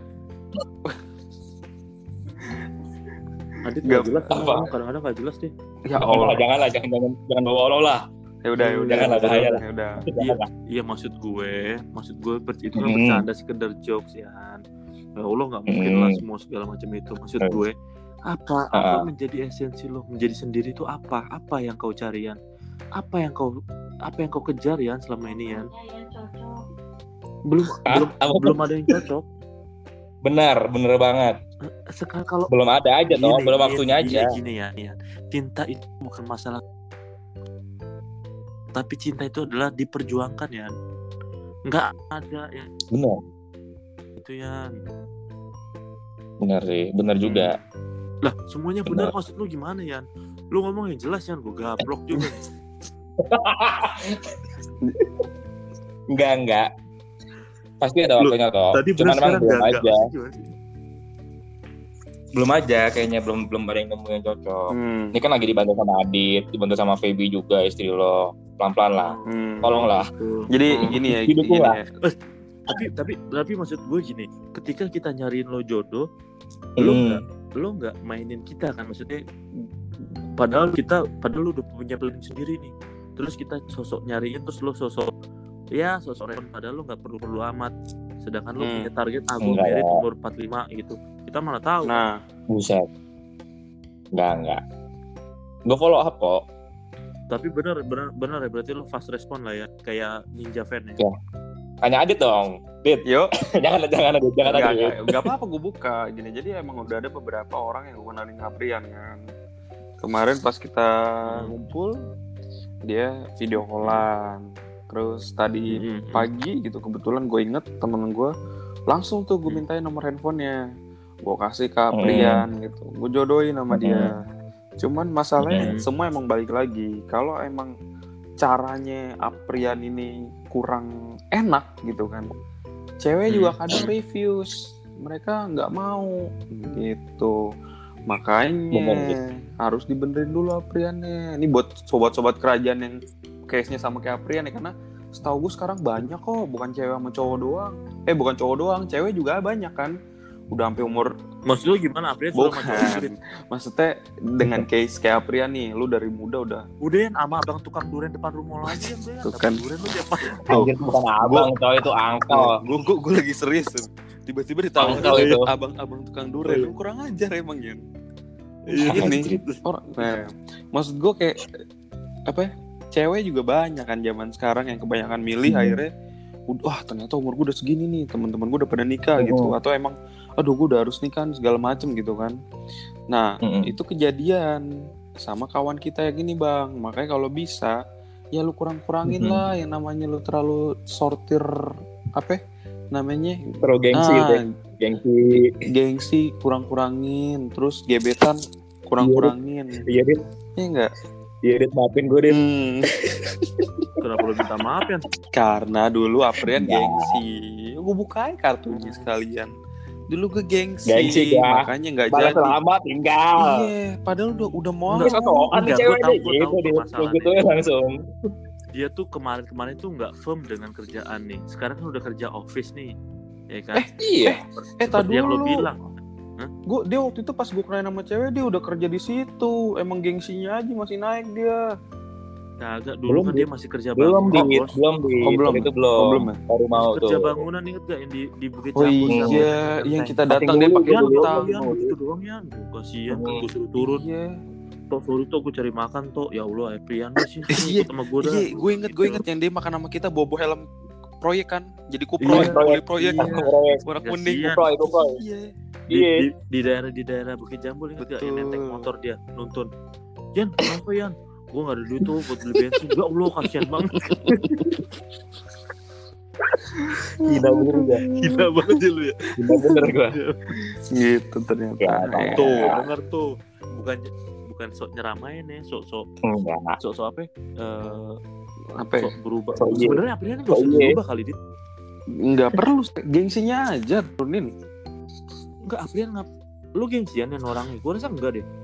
Adit Gak- nggak jelas kan, apa? orang kadang-kadang nggak jelas deh. Ya Janganlah, Allah. janganlah, jangan jangan jangan bawa Allah lah. Ya udah ya udah. Janganlah, bahaya lah. Ya udah. Janganlah. Iya maksud gue, maksud gue ber- itu kan Hmm. bercanda sekedar jokes ya. Ya Allah nggak mungkin Hmm. lah semua segala macam itu. Maksud Hmm. gue apa apa Ah. menjadi esensi lo menjadi sendiri itu apa? Apa yang kau cari Yan? Apa yang kau apa yang kau kejar Yan selama ini Yan? Belum Hah? belum Apa? belum ada yang cocok. Benar, benar banget. Sekarang kalau Belum ada aja toh, Gini, belum gini, waktunya gini, aja. Gini ya, ya, cinta itu bukan masalah, tapi cinta itu adalah diperjuangkan ya. Nggak ada yang Benar. itu ya. Benar sih, benar juga. Lah semuanya benar, Benar. maksud lu gimana ya? Lu ngomong yang jelas ya, gue gablok juga. Enggak, enggak. Pasti ada Lu, waktunya toh. Tadi Cuman benar memang sekarang belum nggak aja. nggak. Belum aja kayaknya belum belum ada yang nemu yang cocok. Hmm. Ini kan lagi dibantu sama Adit, dibantu sama Feby juga istri lo. Pelan-pelan lah. Hmm. Tolonglah. Gitu. Jadi Hmm. gini ya, Didukung gini lah. ya. Tapi tapi tapi maksud gue gini, ketika kita nyariin lo jodoh, lo Hmm. nggak lo nggak mainin kita kan, maksudnya padahal kita padahal lo udah punya planning sendiri nih, terus kita sosok nyariin, terus lo sosok ya sosok respon, padahal lo nggak perlu perlu amat, sedangkan lo Hmm. punya target ah gue Enggak merit ya. umur empat puluh lima gitu, kita malah tahu. Nah, Buset. Enggak, enggak. Gue follow up kok. Tapi benar benar benar ya, berarti lo fast respon lah ya, kayak ninja fan ya. Ya. Tanya Adit dong. Dit, yuk. jangan jangan Adit, jangan Enggak, Adit. enggak, enggak apa-apa gue buka gini. Jadi emang udah ada beberapa orang yang gue kenalin Aprian kan. Kemarin pas kita ngumpul, dia video callan. Terus tadi Mm-mm. pagi gitu kebetulan gue inget temen gue langsung tuh gue mintain nomor handphonenya, gue kasih ke Aprian gitu, gue jodohin sama dia. Cuman masalahnya Hmm. semua emang balik lagi, kalau emang caranya Aprian ini kurang enak gitu kan, cewek Hmm. juga kadang refuse, mereka nggak mau gitu. Makanya Bener, harus dibenerin dulu Apriannya. Ini buat sobat-sobat kerajaan yang case-nya sama kayak Aprian ya, karena setahu gue sekarang banyak kok, bukan cewek sama cowok doang. Eh bukan cowok doang, cewek juga banyak kan. Udah sampai umur, Maksud lo gimana, Aprian sudah bukan. macam Maksudnya dengan case kayak Aprian nih, lu dari muda udah udah ya sama abang tukang durian depan rumah lo aja ya, Tuh dapat kan. durian lo tiap hari. Anjir, bukan abang, coy, itu angkel. gue gue gue lagi serius tuh. Tiba-tiba Angkel ditawarin itu. abang-abang tukang durian, lu kurang ajar emang ya. Iya. Ini orang, nah, maksud gue kayak apa? Cewek juga banyak kan zaman sekarang yang kebanyakan milih Hmm. akhirnya wah ternyata umur gue udah segini nih, teman-teman gue udah pada nikah Hmm. gitu, atau emang aduh gue udah harus nikah segala macem gitu kan. Nah Hmm. itu kejadian sama kawan kita yang gini bang, makanya kalau bisa ya lu kurang-kurangin Hmm. lah yang namanya lu terlalu sortir apa namanya Terus gengsi ah, gitu ya. Gengsi. gengsi kurang-kurangin, terus gebetan kurang-kurangin, Iya dit, ya enggak? iya dit, maafin gue dit. Hmm, Kenapa lu minta maaf ya? karena dulu Aprian Enggak. gengsi, gue bukain kartunya sekalian. Dulu gue gengsi, Gengsi gua. makanya nggak Balas jadi. lama tinggal. Iya, padahal udah udah mau. Enggak, Terus sosokan nih enggak, cewek gua tahu, deh gua gitu tahu dit. permasalahannya. Begitu langsung. Dia tuh kemarin-kemarin tuh nggak firm dengan kerjaan nih. Sekarang kan udah kerja office nih, ya kan? Eh, Iya. Eh, tadi Seperti yang lo dulu. bilang. Gue dia waktu itu pas gue kenal sama cewek dia udah kerja di situ. Emang gengsinya aja masih naik dia. Kagak, dulu Belum, kan Dit. dia masih kerja Belum bangunan, dit, bos. belum dit. Oh, belum. Itu belum. Oh, belum ya? Baru mau Masih kerja tuh. bangunan, inget gak yang di di Bukit Oh Jambu sama iya, Menteng? yang kita Pating datang dia dulu, pakai Yan, Yan, utang. Yan, gitu doang Yan. Duh, kasihan kan Hmm. gue suruh turun. Iya. Tok, sorry Tok, gue cari makan Tok. Ya Allah, Eprian deh sih. Iya, Ikut sama gue dah. Iya, gue inget gue inget yang dia makan sama kita bobo helm proyek kan. Jadi kuproy, Iya, proyek proyek. iya. Proyek. Warna Kasihan. kuning. Kuproy, kuproy. Iya. Di, Iya. di, di daerah di daerah Bukit Jambu inget gak? Yang Betul. nenteng motor dia nuntun. Yan, kenapa Yan? Gue gak ada duit tuh buat beli bensin. Ya Allah, kasihan banget. Gila bener gak? Gila banget sih lu ya. Gila bener gua. Gitu ternyata. Ya, Eh, Tuh, denger tuh. Bukan bukan sok nyeramain ya, sok sok Enggak. sok sok apa? ya? Eh, apa ya? sok berubah. Sok iya. Sebenarnya Aprian enggak Sok usah iya. berubah kali dit. Nggak perlu, gengsinya aja turunin. Enggak, Aprian ngap. Lu gengsian yang orangnya. Gue rasa enggak deh.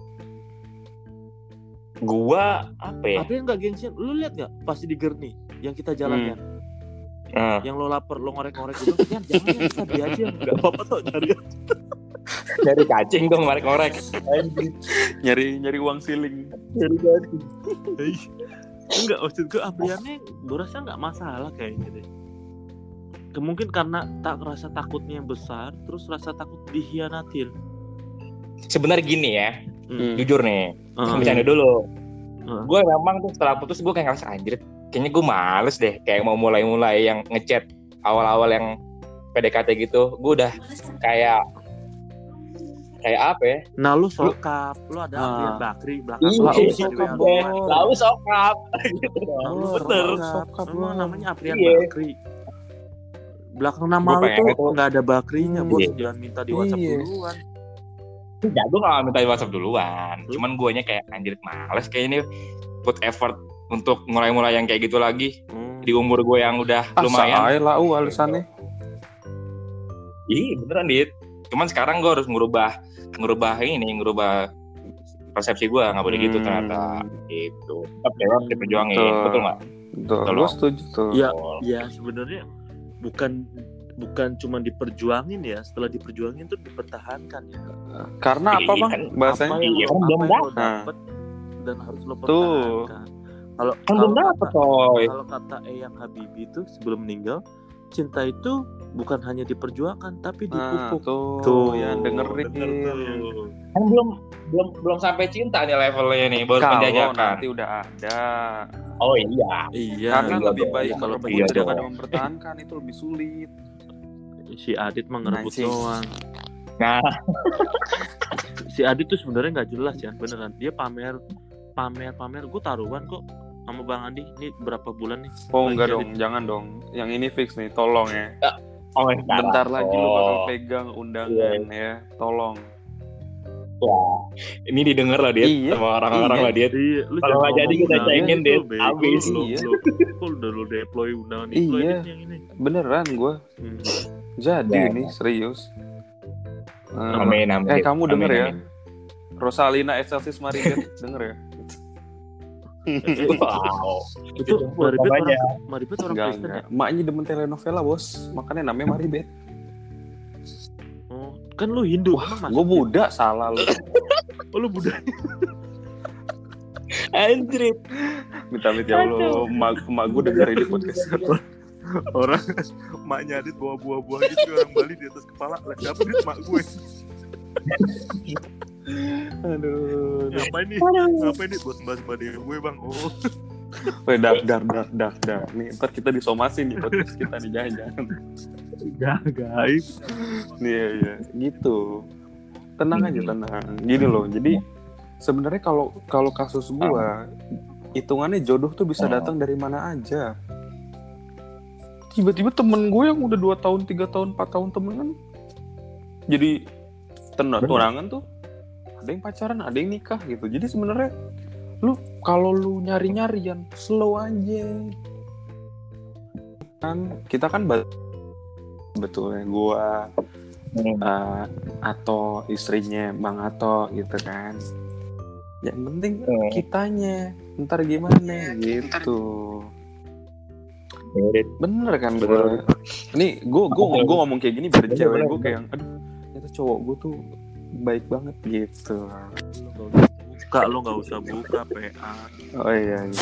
Gua apa ya? Aprian enggak gengsian. Lu lihat enggak pasti di Gerni yang kita jalan Hmm. ya. Nah, Yang lo lapar, lo ngorek-ngorek gitu. Yan, jangan ya, tadi aja. Enggak apa-apa tuh cari. dari cacing dong ngorek-ngorek. Nyari nyari uang siling. Dari cacing. Enggak, maksud gue Apriannya gue rasa enggak masalah kayaknya deh. Mungkin karena tak rasa takutnya yang besar, terus rasa takut dihianatin. Sebenarnya gini ya, Hmm. jujur nih. Uh, Bercanda dulu. Uh. Gue memang tuh setelah putus gue kayak ngerasa anjir. Kayaknya gue males deh, kayak mau mulai-mulai yang ngechat awal-awal yang P D K T gitu. Gue udah kayak kayak apa ya? Nah lu sokap, lu ada Ah. Aprian Bakri belakang Iya, lu Lau jadi sokap, W A. Bos. Lalu sokap gitu Nah, dong. lu Bener. sokap. Sokap, Emang Bos. namanya Aprian Iya. Bakri. Belakang nama Gua lu pengen tuh itu. nggak ada Bakrinya, Hmm. bos. Iya. Jangan minta di WhatsApp Iya. duluan. Ya gue gak minta di WhatsApp duluan. Hmm. Cuman guanya kayak anjir males kayak ini put effort untuk mulai-mulai yang kayak gitu lagi Hmm. di umur gue yang udah Ah, lumayan. saai lah uh, alasannya. Iya beneran dit. Cuman sekarang gue harus ngerubah ngerubah ini, ngerubah persepsi gue nggak boleh gitu Hmm. ternyata. Gitu. Tetap cewek diperjuangin, Betul. betul nggak? Betul, Betul, gue Bang. setuju tuh. Ya, Betul. ya sebenarnya bukan bukan cuma diperjuangin ya, setelah diperjuangin tuh dipertahankan ya. Iya, Karena apa bang kan. bahasanya? Apa yang Iya, lo, kan apa belum yang lo dapet. dapet dan harus lo Tuh. pertahankan. Kalau Kan kalau belum dapet kata, coy. kalau kata Eyang Habibie itu sebelum meninggal, cinta itu bukan hanya diperjuangkan tapi Nah, dipupuk. tuh, yang dengerin. bener tuh. Kan belum belum belum sampai cinta nih levelnya nih, baru Kalau penjajakan. nanti udah ada. Oh iya. Iya. Karena iya lebih dong. baik kalau merebut iya daripada dong. mempertahankan, itu lebih sulit. si Adit mah ngerebut Anjing. doang. Nah, Si Adit tuh sebenarnya nggak jelas ya, beneran. Dia pamer, pamer, pamer. Gue taruhan kok sama Bang Andi. Ini berapa bulan nih? Oh Lagi enggak jadi- dong, jangan dong. Yang ini fix nih, tolong ya. oh Bentar lagi lu bakal oh. pegang undangan ya, tolong. Wah, ini didengar lah dia Iya, sama orang-orang iya. lah dia. Iya, lu Kalau jangan nggak jadi ngomong kita undangan cengin, itu, Dit. bego. Habis. Lu, Iya. lu, kok udah lu deploy undangan itu Iya. Adit yang ini. Beneran gue. Hmm. Jadi Ya. ini serius. Eh, Amin, amin. eh kamu denger Amin, ya, amin. Rosalina Excelsis Maribet denger ya. Wow. Itu Maribet Namanya. orang, Maribet orang Enggak, Kristen ya? enggak. Maknya demen telenovela bos, makanya namanya Maribet. Oh, kan lu Hindu. Wah, emang gue masuk? Buddha, salah lu. Oh, lu Buddha. Anjir. Minta-minta ya Allah, emak, emak gue denger ini podcast. Orang emaknya Adit bawa buah-buah gitu orang Bali di atas kepala. Lah, siapa Dit? Mak gue. Aduh. Ngapain nih? Ngapain nih bos bahas badai gue bang? Oh. Weh, dar dar dar dar dar. Nih, ntar kita disomasin nih podcast kita nih, jangan-jangan. Gak gaib. Iya iya, gitu. Tenang aja, tenang. Gini loh. Jadi sebenarnya kalau kalau kasus gua, hitungannya jodoh tuh bisa datang dari mana aja. Tiba-tiba temen gue yang udah dua tahun, tiga tahun, empat tahun temenan, jadi tenang tunangan tuh. Ada yang pacaran, ada yang nikah gitu. Jadi sebenarnya lu kalau lu nyari-nyarian slow aja. Kan kita kan betulnya gua uh, atau istrinya Bang Ato gitu kan. Yang penting kitanya ntar gimana gitu. Bener kan gue. Nih gue gue gue ngomong kayak gini biar cewek gue kayak, aduh ternyata cowok gue tuh baik banget gitu. Buka lo nggak usah buka P A. Oh iya. iya.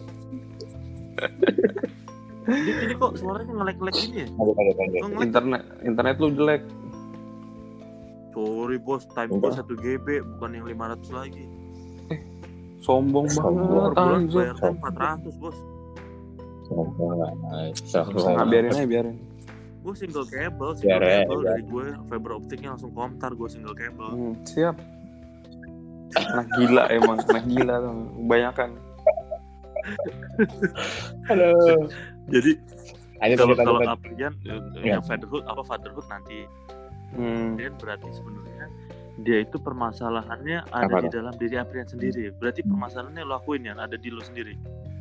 Jadi ini kok suaranya ngelek-ngelek gini ya? Internet internet lu jelek. Sorry bos, time gue satu G B bukan yang lima ratus lagi. Eh, sombong banget. Bulan bayar empat ratus bos. Nah, biarin aja biarin. Gue single cable, single biar cable ya, dari gue fiber optiknya langsung Komtar, gue single cable. Hmm, siap. Anak gila emang, anak gila tuh, kebanyakan. Halo. Jadi Ayo, kalau kita kalau kita. Aprian Ya. yang fatherhood apa fatherhood nanti. Hmm. Dia berarti sebenarnya dia itu permasalahannya ada Apa di tuh? dalam diri Aprian sendiri. Berarti permasalahannya lo akuin ya, ada di lo sendiri.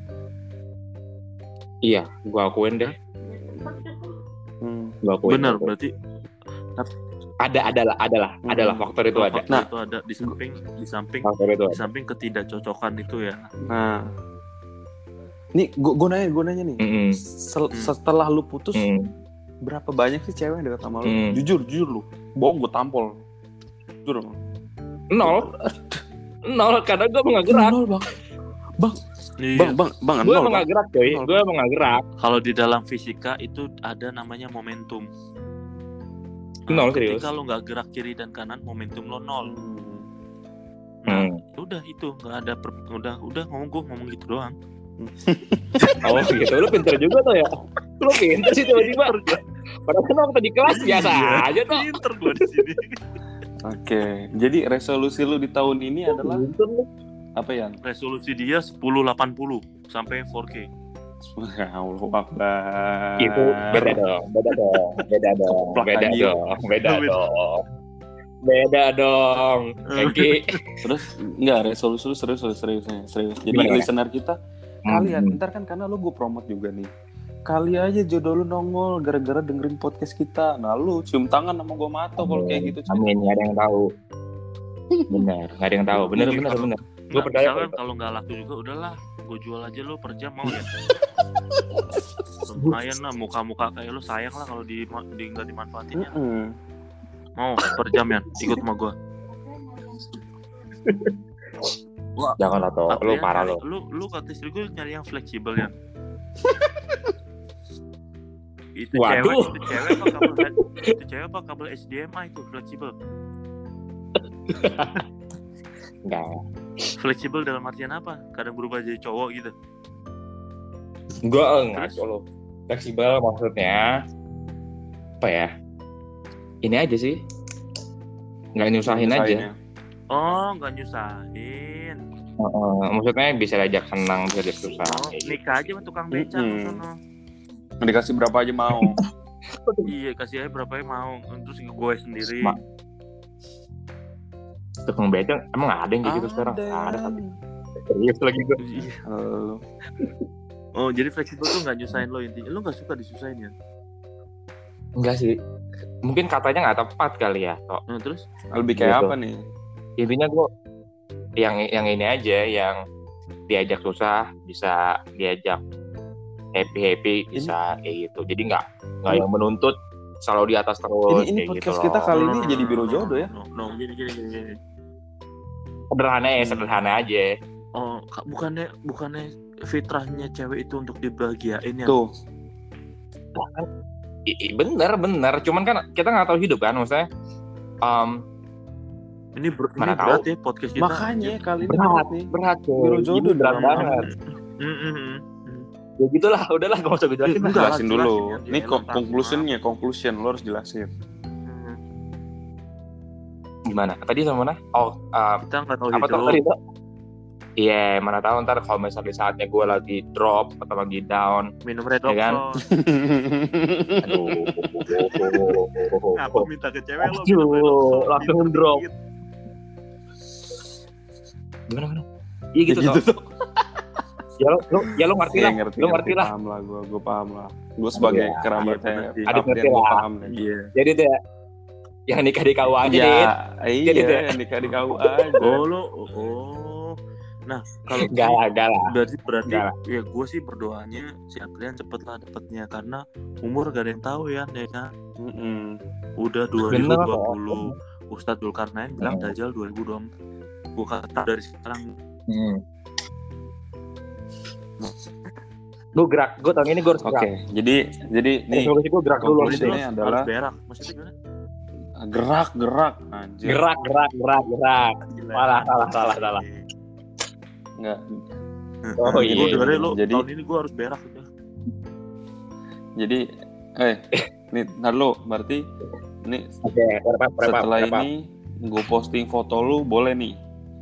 Iya, gua akuin deh. Hmm. Gua akuin. Benar, gua akuin. berarti ada adalah adalah Hmm. adalah faktor itu ada. faktor Nah. itu ada di samping di samping Faktor itu di ada. samping ketidakcocokan itu ya. Nah, nih gue gue nanya gue nanya nih, Mm-mm. Sel- Hmm. setelah lu putus Mm. berapa banyak sih cewek yang dekat sama lu? Hmm. Jujur jujur lu, bohong gue tampol. Jujur emang. Nol. Nol karena gua emang gak gerak. Nol bang, bang, Iya. bang, bang, bang, Gue nol emang bang. gak gerak coy. Nol, Gue emang gak gerak. Kalau di dalam fisika itu ada namanya momentum. Nol, ketika serius? lo nggak gerak kiri dan kanan, momentum lo nol. Hmm. Nah, Hmm. udah itu nggak ada per, udah udah ngomong gue ngomong gitu doang. Oh gitu, lu pinter juga tuh ya. Lu pinter sih tiba-tiba. Padahal kan waktu di kelas biasa aja tuh. Pinter gue di sini. Oke, jadi resolusi lu di tahun ini adalah Pinter lu. apa ya? Resolusi dia sepuluh delapan puluh sampai empat K. Allahu Akbar. Itu beda dong, beda dong, beda dong, Keplak beda lagi. dong, beda Beda. dong. Beda dong, Eki. Terus enggak resolusi lu serius serius serius nih, serius. Jadi Gimana? listener kita kalian ntar kan karena lu gue promote juga nih. Kali aja jodoh lu nongol gara-gara dengerin podcast kita. Nah lu cium tangan sama gue mato kalau kayak gitu. Amin, nggak ada yang tahu. Bener, nggak ada yang tahu. Bener, Mungkin bener, kalau- bener. Gue Nah, percaya misalkan kok. kalau nggak laku juga udahlah, gue jual aja lo per jam mau ya. Lumayan lah muka-muka kayak lo sayang lah kalau di, di nggak dimanfaatin ya. Mm-mm. Mau per jam ya ikut sama gue. Jangan lah toh, Apa lu ya, parah nyari- lo. Lu lu kata istri gue nyari yang fleksibel ya. Itu Waduh. cewek, itu cewek apa kabel itu cewek apa kabel H D M I itu fleksibel. Enggak. Fleksibel dalam artian apa? Kadang berubah jadi cowok gitu. Gue enggak lo. Fleksibel maksudnya apa ya? Ini aja sih. Nggak nyusahin aja. Nyusahinnya. Oh, nggak nyusahin. Heeh, maksudnya bisa diajak senang, bisa diajak susah. Oh, kayak gitu. nikah aja sama tukang beca Mm-mm. sono. Dikasih berapa aja mau. Iya, kasih aja berapa yang mau. Terus gue sendiri. Ma- Tukang beca emang nggak ada yang kayak gitu sekarang? Ada. Nggak ada tapi serius lagi gue. Iya. Eh, Oh, jadi fleksibel tuh nggak nyusahin lo intinya. Lo nggak suka disusahin ya? Enggak sih. Mungkin katanya nggak tepat kali ya. Kok. Nah, terus? lebih kayak Gitu. apa nih? Intinya gue yang yang ini aja, yang diajak susah bisa diajak happy happy bisa kayak gitu. Jadi nggak nggak yang menuntut selalu di atas terus. Ini ini kayak podcast gitu kita loh. kali No, ini no, jadi no, biro no, jodoh ya. No, no, gini, gini, gini, gini. Sederhana ya, sederhana aja. Oh, Kak, bukannya bukannya fitrahnya cewek itu untuk dibahagiain ya? Tuh. I- i- bener bener. Cuman kan kita nggak tahu hidup kan, maksudnya. Um, Ini, ber- ini Mana tahu. berat ya podcast kita. Makanya kali ini Berat, berat nih. berat coy. Biro jodoh Ini berat dalam banget. Mm-mm. Ya gitulah, udahlah gak usah gue jelasin. Enggak. lah. Jelasin jelasin dulu. ya, Ini dia ko- emang conclusionnya, conclusion lo harus jelasin. Hmm. Gimana? Tadi sama mana? Oh, uh, Kita nggak tahu apa tuh hidup. tadi tuh? Iya, mana tahu ntar kalau misalnya di saatnya gue lagi drop atau lagi down, Minum red Ya kan? Oxford. aduh, Ngapa minta ke cewek lo? Aduh, minum Red Oxford, langsung minum drop. dikit. gimana gimana? Iya gitu, gitu tuh. tuh. Ya lo, lo, ya lo ngerti Iya, lah, ngerti, lo ngerti lah. Paham lah gue, gue paham lah. Gue sebagai Iya, kerabatnya, iya, bener. Adit Afdian, ngerti gue lah. paham deh. Iya. Jadi tuh ya, yang nikah di K U A aja, Dit. Iya, Jadi iya, deh. yang nikah di K U A aja. Oh lo, oh. Nah kalau Gak lah, gak lah. berarti berarti Enggak lah. ya gue sih berdoanya si Adrian cepet lah dapetnya karena umur gak ada yang tahu ya, ya kan. Mm-mm. Udah dua ribu Bener dua kok. puluh Ustadz Dzulkarnain bilang Hmm. Dajjal dua ribu dua puluh empat. Gue kata dari sekarang. Hmm. Gue gerak, gue tahun ini gue harus Oke, gerak. jadi jadi nih Nih, gue gerak dulu. konklusi Dit. ini Harus adalah berak. Maksudnya gimana? gerak gerak anjir. Gerak, gerak, gerak, gerak. Gila. Salah, salah, salah, salah. Enggak. Oh, Gue iya. dengerin lo Jadi- tahun ini gue harus berak udah. Jadi eh nih ntar lu berarti nih Oke, berapa, berapa, setelah berapa? ini gue posting foto lu boleh nih.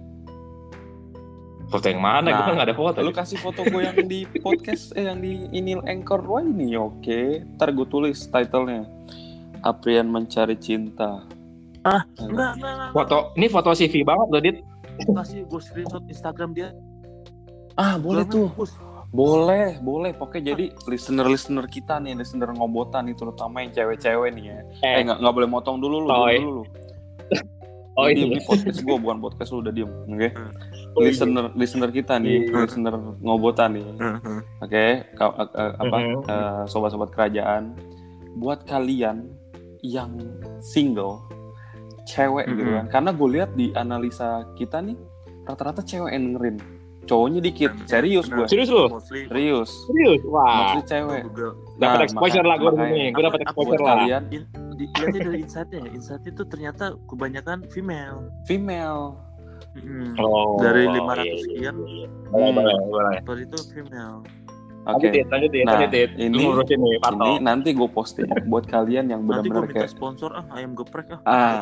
Foto yang mana? Nah, Gue nggak ada foto. Lu kasih foto gue yang di podcast eh yang di ini anchor lu ini oke. Ntar gue tulis title-nya Aprian Mencari Cinta. Ah, Nah, Enggak, enggak, enggak. Foto, ini foto C V banget loh, Dit. Kasih gue screenshot Instagram dia. Ah boleh Jangan tuh. fokus. Boleh, boleh. Pokoknya jadi listener-listener kita nih, listener ngobotan nih, terutama yang cewek-cewek nih ya. Eh, Eh, nggak nggak boleh motong dulu lu, Oh, diem iya. dulu lu. oh Lu ini. diem, ini podcast gue bukan podcast lu udah diem, oke? Oh, iya. Listener, listener kita nih, Iya. listener ngobotan nih, Heeh. oke? Ka- eh, eh, apa? Mhm. eh, sobat-sobat kerajaan, buat kalian yang single, cewek gitu Mhm. kan? Karena gue lihat di analisa kita nih, rata-rata cewek yang dengerin, cowoknya dikit, serius gue, Serius lu? Mostly serius. Serius? Wah. Mostly cewek. juga Dapat Nah, exposure maka- lah gue makanya- ini. Gue dapat Apa- apa exposure buat lah. kalian in, dilihatnya dari insight-nya ya. Insight itu ternyata kebanyakan female. female. Mm. Oh, Dari lima ratus iya, iya, sekian, iya. Boleh, boleh, boleh. per itu female. Oke. Lanjut, Dit, lanjut, Dit, Nah, lanjut, Dit. ini- Lu ngurusin nih, Ini Pato. nanti gue posting buat kalian yang Nanti gue benar-benar minta kayak sponsor ah ayam geprek ah. Ah.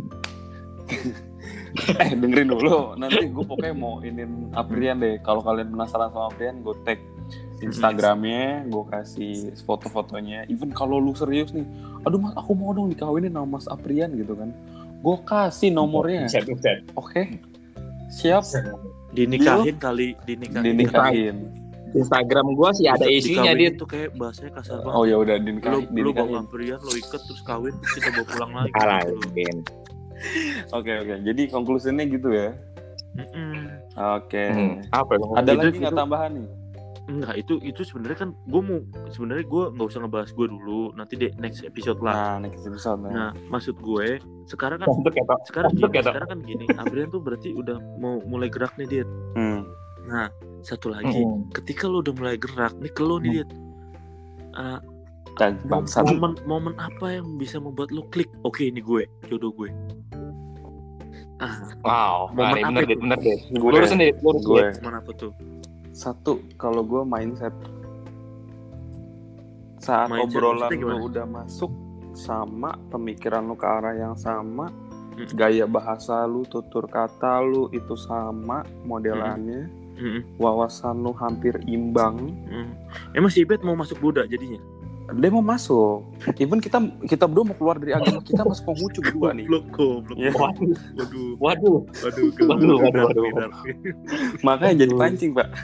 eh dengerin dulu. Nanti gue pokoknya mau inin Aprian deh. Kalau kalian penasaran sama Aprian, gue tag Instagramnya, gue kasih foto-fotonya. Even kalau lu serius nih, aduh mas, aku mau dong dikawinin sama Mas Aprian gitu kan. Gue kasih nomornya. Buset, buset. Oke, siap. Dinikahin kali, dinikahin. Dinikahin. Instagram gue sih ada Terus isinya, dikawinin Dit. tuh kayak bahasanya kasar banget. Oh ya udah Lu, dinikahin. lu bawa dinikahin. Aprian, lu ikat terus kawin, terus kita bawa pulang lagi. Alah, gitu. Din. Oke oke. Jadi konklusinya gitu ya. Mm-mm. Oke. Hmm, apa yang Ada Itu- lagi nggak itu- tambahan nih? Enggak, itu itu sebenarnya kan gue mau sebenarnya gue nggak usah ngebahas gue dulu, nanti deh next episode lah. Nah, next episode. Nah. Nah, maksud gue sekarang kan Untuk ya, Tok. sekarang Untuk gini, ya, Tok. sekarang kan gini, Abrian tuh berarti udah mau mulai gerak nih Dit. Hmm. Nah, satu lagi, Hmm. ketika lu udah mulai gerak, nih ke lu nih Dit. Uh, Dan bangsat. momen momen apa yang bisa membuat lu klik? Oke, ini gue, jodoh gue. Ah, Wow, Momen nah, apa bener, itu? Dit, bener, Dit. Gue Lurusin, Dit, lurusin, gue Dit. mana apa tuh? satu kalau gue mindset saat Mindset obrolan maksudnya lu gimana? udah masuk sama pemikiran lu ke arah yang sama, Hmm. gaya bahasa lu, tutur kata lu itu sama modelannya, Mm-mm, wawasan lu hampir imbang. mm. Emang si Ibet mau masuk Buddha jadinya? Dia mau masuk. Even kita kita berdua mau keluar dari agama kita masuk Konghucu berdua nih. Goblok, goblok. Iya. Waduh, Waduh, waduh. waduh, Waduh, waduh, waduh. Makanya jadi pancing, Pak.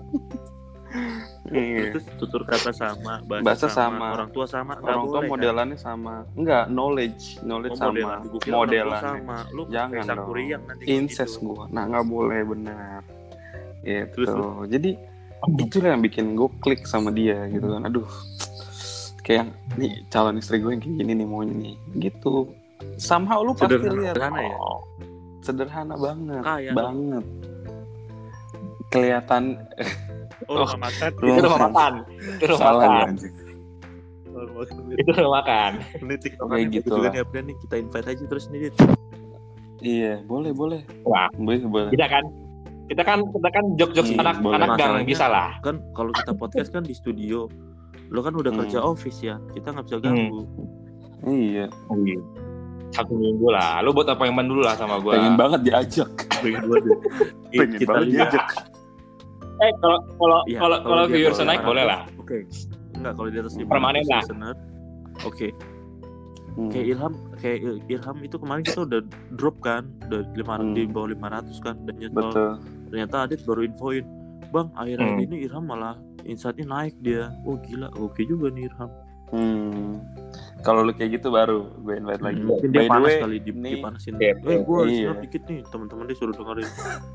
Iya. Terus tutur kata sama, bahasa, Bahasa sama, sama. orang tua sama, nggak Orang tua boleh, modelannya sama. Enggak, knowledge, kan? knowledge Oh, sama. modelan. Gua kira orang tua Modelannya. sama. Lu Jangan kayak dong. Sangkuriang nanti kalau Incest gitu. gua. Nah, nggak boleh benar. Gitu. Terus lu? Jadi itulah yang bikin gue klik sama dia gitu kan. Aduh. Kayak nih calon istri gue yang kayak gini nih maunya nih. Gitu. Somehow lu pasti Sederhana, lihat. sederhana ya? Oh, sederhana banget. Kaya. Banget. Kelihatan Oh, rumah makan. Itu rumah makan. Itu rumah salah makan. ya, anjing. Rumah makan. Itu rumah makan. Ini TikTok Kayak kan gitu juga lah. nih Abrian nih, kita invite aja terus nih Dit. Iya, boleh, boleh. Wah, Boleh, boleh. kita kan kita kan kita kan jok-jok Hmm, anak boleh. anak gang Masalahnya bisa lah. kan kalau kita podcast kan di studio, lo kan udah Hmm. kerja office ya, kita nggak bisa ganggu. Iya. Oh, iya. Satu minggu lah. Lu buat appointment dulu lah sama gua. Pengen banget diajak. Pengen banget deh. Pengen kita banget lihat. diajak. Eh kalau kalau Iya, kalau kalau dia viewers kalau naik lima ratus, boleh lah. Oke. Enggak, kalau di atas lima Permanen ratus lah. listener. Oke. Hmm. Kayak Ilham, kayak Il- Ilham itu kemarin kita udah drop kan, udah lima Hmm. di bawah lima ratus kan, dan nyetol. Betul. Ternyata Adit baru infoin, bang akhir-akhir Hmm. ini Ilham malah insightnya naik dia. Oh gila, oke juga nih Ilham. Hmm. Kalau lu kayak gitu baru gue invite lagi. Hmm, mungkin By dia the panas way, kali di, ini- dipanasin. Iya, Eh gue harus iya. snap dikit nih, teman-teman dia suruh dengerin.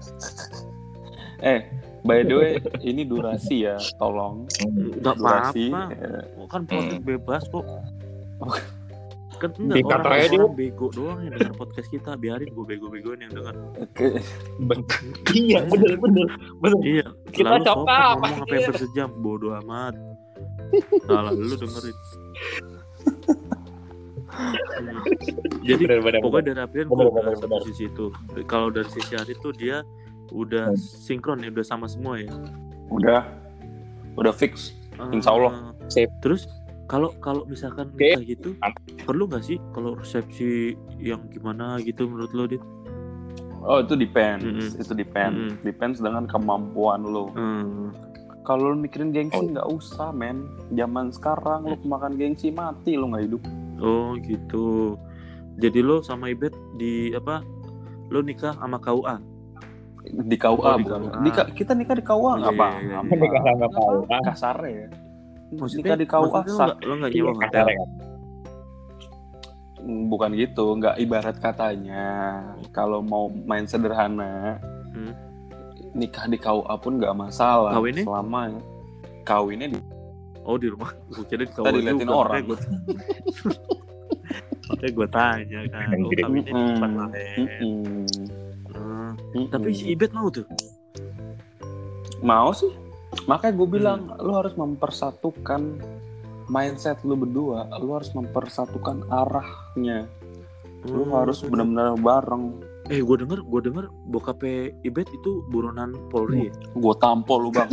Eh, by the way, ini durasi ya, tolong. Enggak Durasi. apa-apa. eh, Oh, kan podcast bebas kok. Oh. Kan enggak Dikat orang, aja dia. orang bego doang yang denger podcast kita. Biarin gue bego-begoin yang denger. Oke. Iya, bener bener bener. Iya. Kita Lalu cokap, sopan ngomong apa yang anjir. bersejam. Bodoh amat. Salah lu dengerin. Hmm. Jadi Bener, bener, pokoknya dari Aprian gue Bener, udah bener, satu bener. sisi itu. Kalau dari sisi Ari tuh dia udah Hmm. sinkron ya, udah sama semua ya. Udah. Udah fix. Insya Allah. Ah, Sip. Terus kalau kalau misalkan Oke. nikah gitu, perlu nggak sih kalau resepsi yang gimana gitu menurut lo, Dit? Oh, itu depends. Mm-mm. Itu depends. Mm-mm. Depends dengan kemampuan lo. Hmm. Kalau lu mikirin gengsi Oh. nggak usah, men. Zaman sekarang lu makan gengsi mati lu nggak hidup. Oh gitu. Jadi lo sama Ibet di apa? Lo nikah sama K U A? Di K U A Oh, di bukan. K U A. Di K- kita nikah di K U A nggak Iya, apa? iya, iya. Apa? Nikah sama K U A. Kasarnya ya. Maksudnya Nikah di K U A maksudnya lo sah. nggak- lo nggak nyewa Iya, hotel? kasarnya kan. Bukan gitu, nggak ibarat katanya. Kalau mau main sederhana, Hmm. nikah di K U A pun nggak masalah. Kawinnya? Selama kawinnya di Oh di rumah. Gue kira di K U A Kita diliatin juga, orang. makanya gue- Makanya gue tanya kan. Oh Gede. kawinnya di tempat Mm-mm. lain. Mm-mm. Hmm. Mm-mm. Tapi si Ibet mau tuh. mau sih, makanya gue bilang Hmm. lu harus mempersatukan mindset lu berdua, lu harus mempersatukan arahnya, lu Hmm. harus benar-benar bareng. Eh gue denger, gue denger bokapnya Ibet itu buronan Polri ya? Gue tampol lu bang,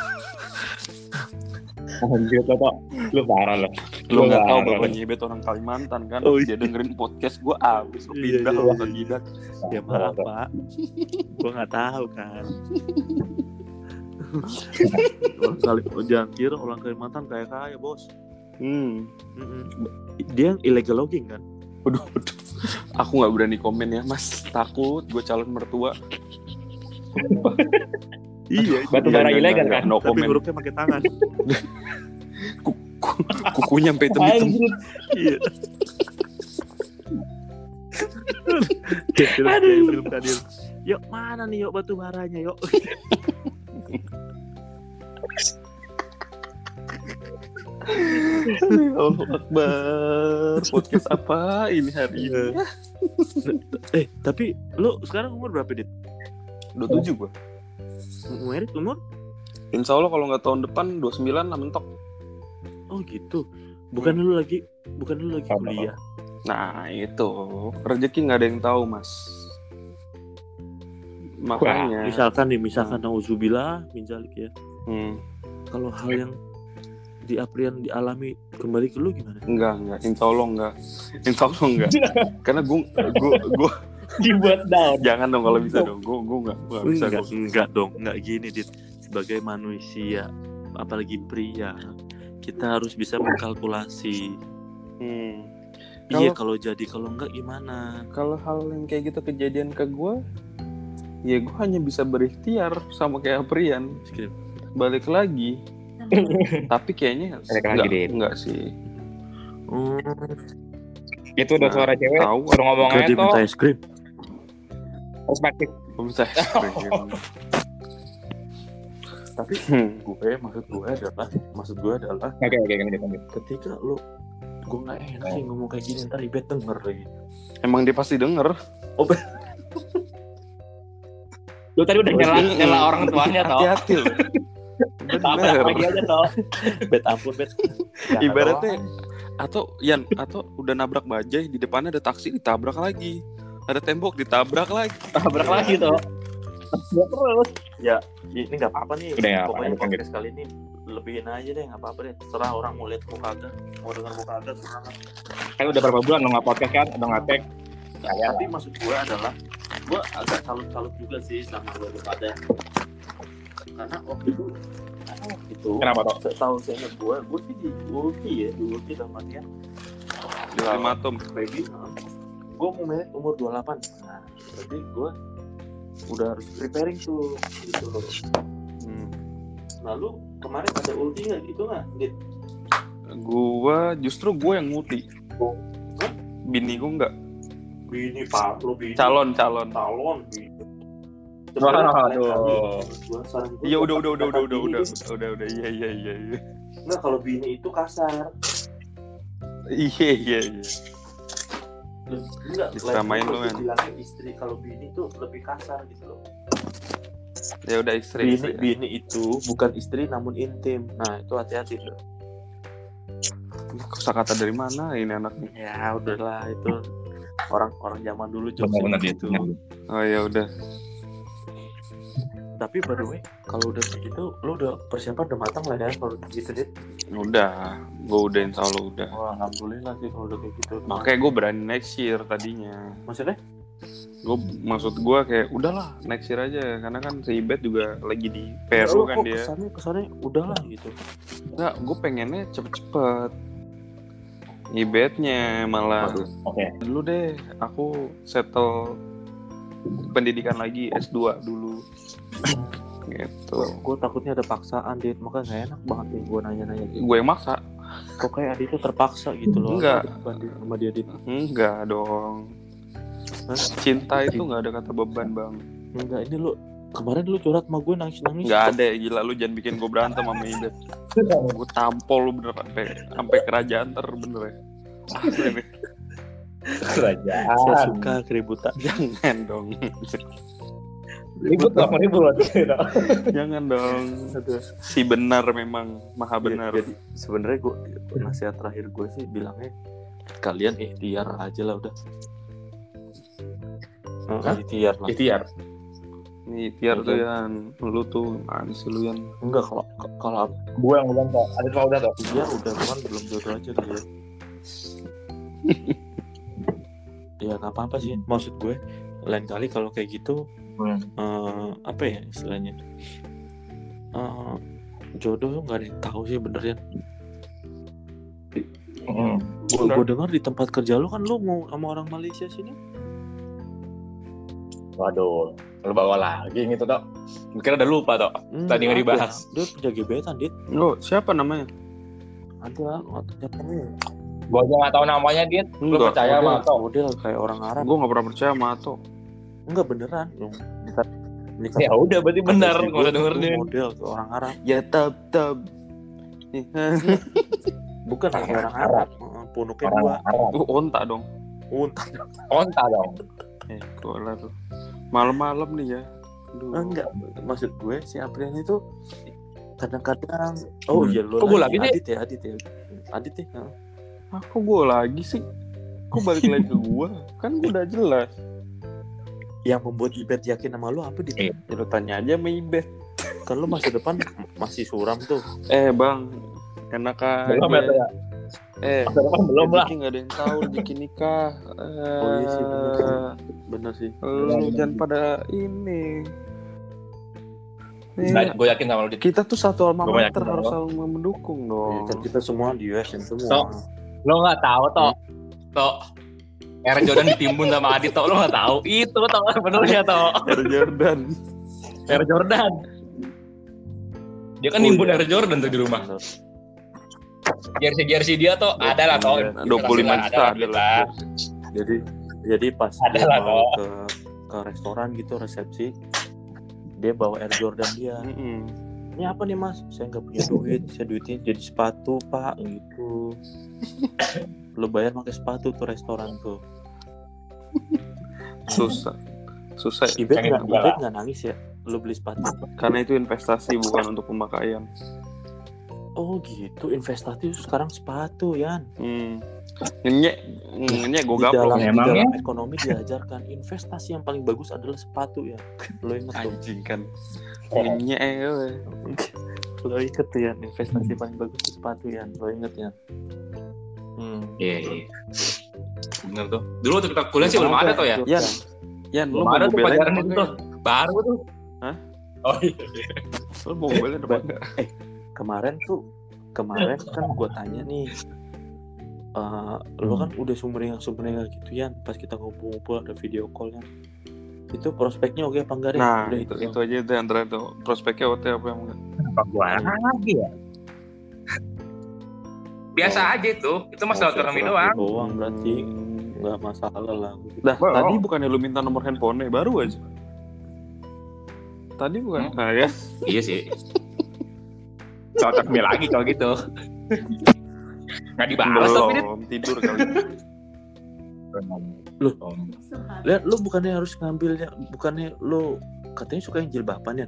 Anjir, Toto. Lu parah lo. lu nggak tahu parah, bapaknya Ibet orang Kalimantan kan, Oh, dia dengerin podcast gue abis, lu Iya, pindah iya, lu iya. ke Gidak. Ya maaf pak, gue nggak tahu kan. Orang kali, oh, jangan kira orang Kalimantan kayak kaya bos. Hmm. Mm-mm. Dia illegal logging kan? Waduh, waduh. Aku nggak berani komen ya mas, takut gue calon mertua. Iya. Batu Nggak, bara nggak, ilegal nggak, kan? no Tapi comment. hurufnya pakai tangan. Kukunya sampai hitam-hitam. Anjir. Iya. Kayak film, kayak film Kadir. Yuk mana nih yuk batu baranya yuk. Allah Akbar, podcast apa ini hari ini? Eh tapi lo sekarang umur berapa Dit? dua puluh tujuh gue. Merit umur? Insya Allah kalau nggak tahun depan dua puluh sembilan lah mentok. Oh gitu. Bukan lu lagi, bukan lu lagi Apa, kuliah. Nah itu rezeki nggak ada yang tahu mas. Makanya. Misalkan nih, misalkan nauzubillah min zalik ya. Hmm, Kalau hal yang di Aprian dialami kembali ke lu gimana? enggak enggak. Insya Allah enggak. Insya Allah enggak. Karena gue gue gue Dibuat down. jangan dong kalau bisa dong. Gue gue enggak gue bisa enggak, gue. enggak dong, enggak gini Dit. Sebagai manusia, apalagi pria, kita harus bisa mengkalkulasi. Hmm. Iya Kalau- kalau jadi, kalau enggak gimana? Kalau hal yang kayak gitu kejadian ke gue, ya gue hanya bisa berikhtiar sama kayak Aprian. Skip. Balik lagi. Tapi kayaknya Balik lagi, enggak, Dit. enggak sih. Oh, Itu udah Nah, suara cewek. tahu. Suruh ngomong enggak aja dia toh. minta es krim. Perspektif. Bisa. Tapi Hmm. gue maksud gue adalah, maksud gue adalah Oke oke lanjut lanjut. ketika lu, gue nggak enak sih ngomong kayak gini, ntar Ibet denger lagi. Emang dia pasti denger. Lu tadi udah nyela nyela orang tuanya toh. Hati-hati loh. Tabrak Bener. lagi aja toh. Bet ampun Bet. Ibaratnya atau Yan atau udah nabrak bajai di depannya ada taksi ditabrak lagi. ada tembok ditabrak lagi. Tabrak lagi toh. Ya terus. Ya ini nggak apa-apa nih. Udah nggak Pokoknya apa-apa, podcast kali ini lebihin aja deh, nggak apa-apa deh. Terserah orang mau lihat mau kagak, mau dengar mau kagak, terserah. Kan udah berapa bulan lo nggak podcast kan, udah nggak tag. Ya, Tapi maksud gue adalah gue agak salut-salut juga sih sama lo pada, karena waktu itu karena waktu itu Kenapa toh? setahu saya ingat gue gue sih di ulti ya di ulti dalam artian Ultimatum. baby gue mau merit umur dua puluh delapan. Nah berarti gue udah harus preparing tuh gitu loh. Hmm. Lalu kemarin ada ulti nggak gitu nggak Dit? Gua justru gue yang nguti. Hah? Bini gue enggak. Bini pak lo bini Calon calon. calon bini. Wah, Lain kali, aduh. gua saran gua Iya udah udah udah kata udah udah bini udah deh. udah udah iya iya iya iya. Nggak, kalau bini itu kasar. Iya iya iya. Enggak, Disamain lain lu, kali men. bilangin istri kalau bini tuh lebih kasar gitu loh. Ya udah istri. Bini, istri ya. bini itu bukan istri namun intim. Nah itu hati-hati tuh. Kosakata dari mana ini anak nih? Ya udahlah itu orang-orang zaman dulu Benar-benar jokes dia. gitu. Oh ya udah. Tapi by the way, kalau udah begitu, lu udah persiapan udah matang lah ya kalau gitu deh. Udah, gue udah insya Allah udah. Wah alhamdulillah sih kalau udah kayak gitu. Makanya gue berani next year tadinya. Maksudnya? Gue maksud gue kayak udahlah next year aja karena kan si Ibet juga lagi di Peru Lu kan kok dia. Kesannya kesannya udahlah gitu. Enggak, gue pengennya cepet-cepet. Ibetnya malah Waduh. Oke. dulu deh aku settle pendidikan lagi S dua dulu. Gitu. Gue takutnya ada paksaan Dit, makanya gak enak banget nih gue nanya-nanya gitu. Gue yang maksa. Kok kayak Adit tuh terpaksa gitu loh. Enggak. Banding sama dia Dit. Enggak dong. Hah? Cinta itu nggak ada kata beban bang. Enggak, ini lu kemarin lu curhat sama gue nangis-nangis. Nggak ada ya, gila lu jangan bikin gue berantem sama Ibet. Gue tampol lu bener sampai sampai kerajaan ter bener ya. Asli nih. Saya Kerajaan. suka keributan. Jangan dong. Ribut apa ribut? Jangan dong. Aduh. Si benar memang maha benar. Jadi sebenarnya gue nasihat terakhir gue sih bilangnya kalian ikhtiar aja lah udah. Hah? Ikhtiar lah. Ikhtiar. Nih tiar tuh Yan, lu tuh mana sih lu Yan? Enggak kalau kalau Gue yang bilang kok. Ada mau udah toh. ikhtiar udah kan belum jodoh aja dia. Ya nggak apa-apa sih. Maksud gue lain kali kalau kayak gitu Hmm. eh, apa ya istilahnya? Eh, jodoh nggak ada yang tahu sih bener ya. Hmm. Gue gue dengar di tempat kerja lu kan lu mau sama orang Malaysia sini. Waduh, lu bawa lagi gitu toh. Mungkin udah lupa toh. Tadi nggak dibahas. Dia punya gebetan Dit. Lu siapa namanya? Ada nggak tahu siapa nih. Gue aja nggak tahu namanya dia. Lu Enggak, percaya sama model, toh? model kayak orang Arab. Gue nggak pernah percaya sama Ato. Enggak beneran dong. Nikah nikah. Ya udah berarti benar. Istri Nggak usah gue dengerin. model kayak orang Arab. Ya tab tab. Bukan Orang kayak orang Arab. Arab. Heeh, punuknya Orang dua. Arab. Oh, onta dong. Unta. Konta dong. Eh, gue lah tuh. Malam-malam nih ya. Aduh. Enggak, maksud gue si Aprian itu kadang-kadang oh Hmm. iya lo Kok gue lagi sih? Adit ya Adit ya Adit ya heeh. Ah, kok gue lagi sih? Kok balik lagi ke gue? Kan gue udah jelas. Yang membuat Ibet yakin sama lo apa Dit? Eh. Ya lu tanya aja sama Ibet. Kan lo masa depan masih suram tuh. Eh bang, enak aja. Belum ya toh ya. Eh, Masa depan belum lah. rezeki nggak ada yang tahu rezeki nikah. Eh, Oh iya sih bener sih. Bener sih. Lu jangan pada ini. Nih, Nah, gue yakin sama lu Dit. kita tuh satu alma Gua mater yakin harus sama selalu mendukung Ya, dong. kan kita semua di U S M semua. Sok. Lo nggak tahu toh? Toh. Air Jordan ditimbun sama Adit toh, lo nggak tahu? Itu toh benernya toh. Air Jordan. Air Jordan. Dia kan Oh, nimbun iya. Air Jordan tuh di rumah. Bener. Jersey-jersey dia tuh ada lah toh. Iya, dua puluh lima juta ada lah. Jadi jadi pas Ada dia lah, mau toh. ke ke restoran gitu resepsi dia bawa Air Jordan dia. Mm-mm. Ini apa nih mas? Saya nggak punya duit, saya duitnya jadi sepatu pak gitu. Lo bayar pakai sepatu tuh restoran tuh. Susah. Susah. Ibet Pengen nggak juga Ibet lah. nggak nangis ya? Lo beli sepatu? Karena itu investasi bukan untuk pemakaian. Oh gitu, investasi sekarang sepatu Yan. Hmm. Ngenyek, ngenyek gue Di dalam, gaplok. di Emangnya? dalam ekonomi diajarkan investasi yang paling bagus adalah sepatu ya. Lo inget tuh? Anjing kan. Ngenyek we. Lo inget tuh ya, investasi paling bagus itu sepatu ya. Lo inget ya? Hmm. Iya, iya. Bener tuh. Dulu waktu kita kuliah sih belum ada tuh ya. Yan, Yan, lu Belum mau ada tuh belain pelajaran apa itu enggak? tuh. Baru tuh. Hah? Oh iya. Lu mau belain apa enggak? Eh, kemarin tuh, kemarin kan gue tanya nih, uh, lo kan udah sumringah sumringah gitu ya, pas kita ngumpul-ngumpul ada video call kan, itu prospeknya oke apa enggak deh? Nah, Udah itu, itu, itu aja itu yang terakhir tuh. Prospeknya O T apa yang enggak? Apa gua lagi ya? Biasa aja itu. Itu masalah ekonomi doang. doang berarti nggak masalah lah. Dah, Wow. tadi bukannya lu minta nomor handphone baru aja. Tadi bukan. Hmm. Nah, ya. Iya sih. Cocok nih lagi kalau gitu. Nggak dibalas tapi dia. Belum tidur kali. Loh, lihat lu bukannya harus ngambilnya, bukannya lu katanya suka yang jilbaban ya?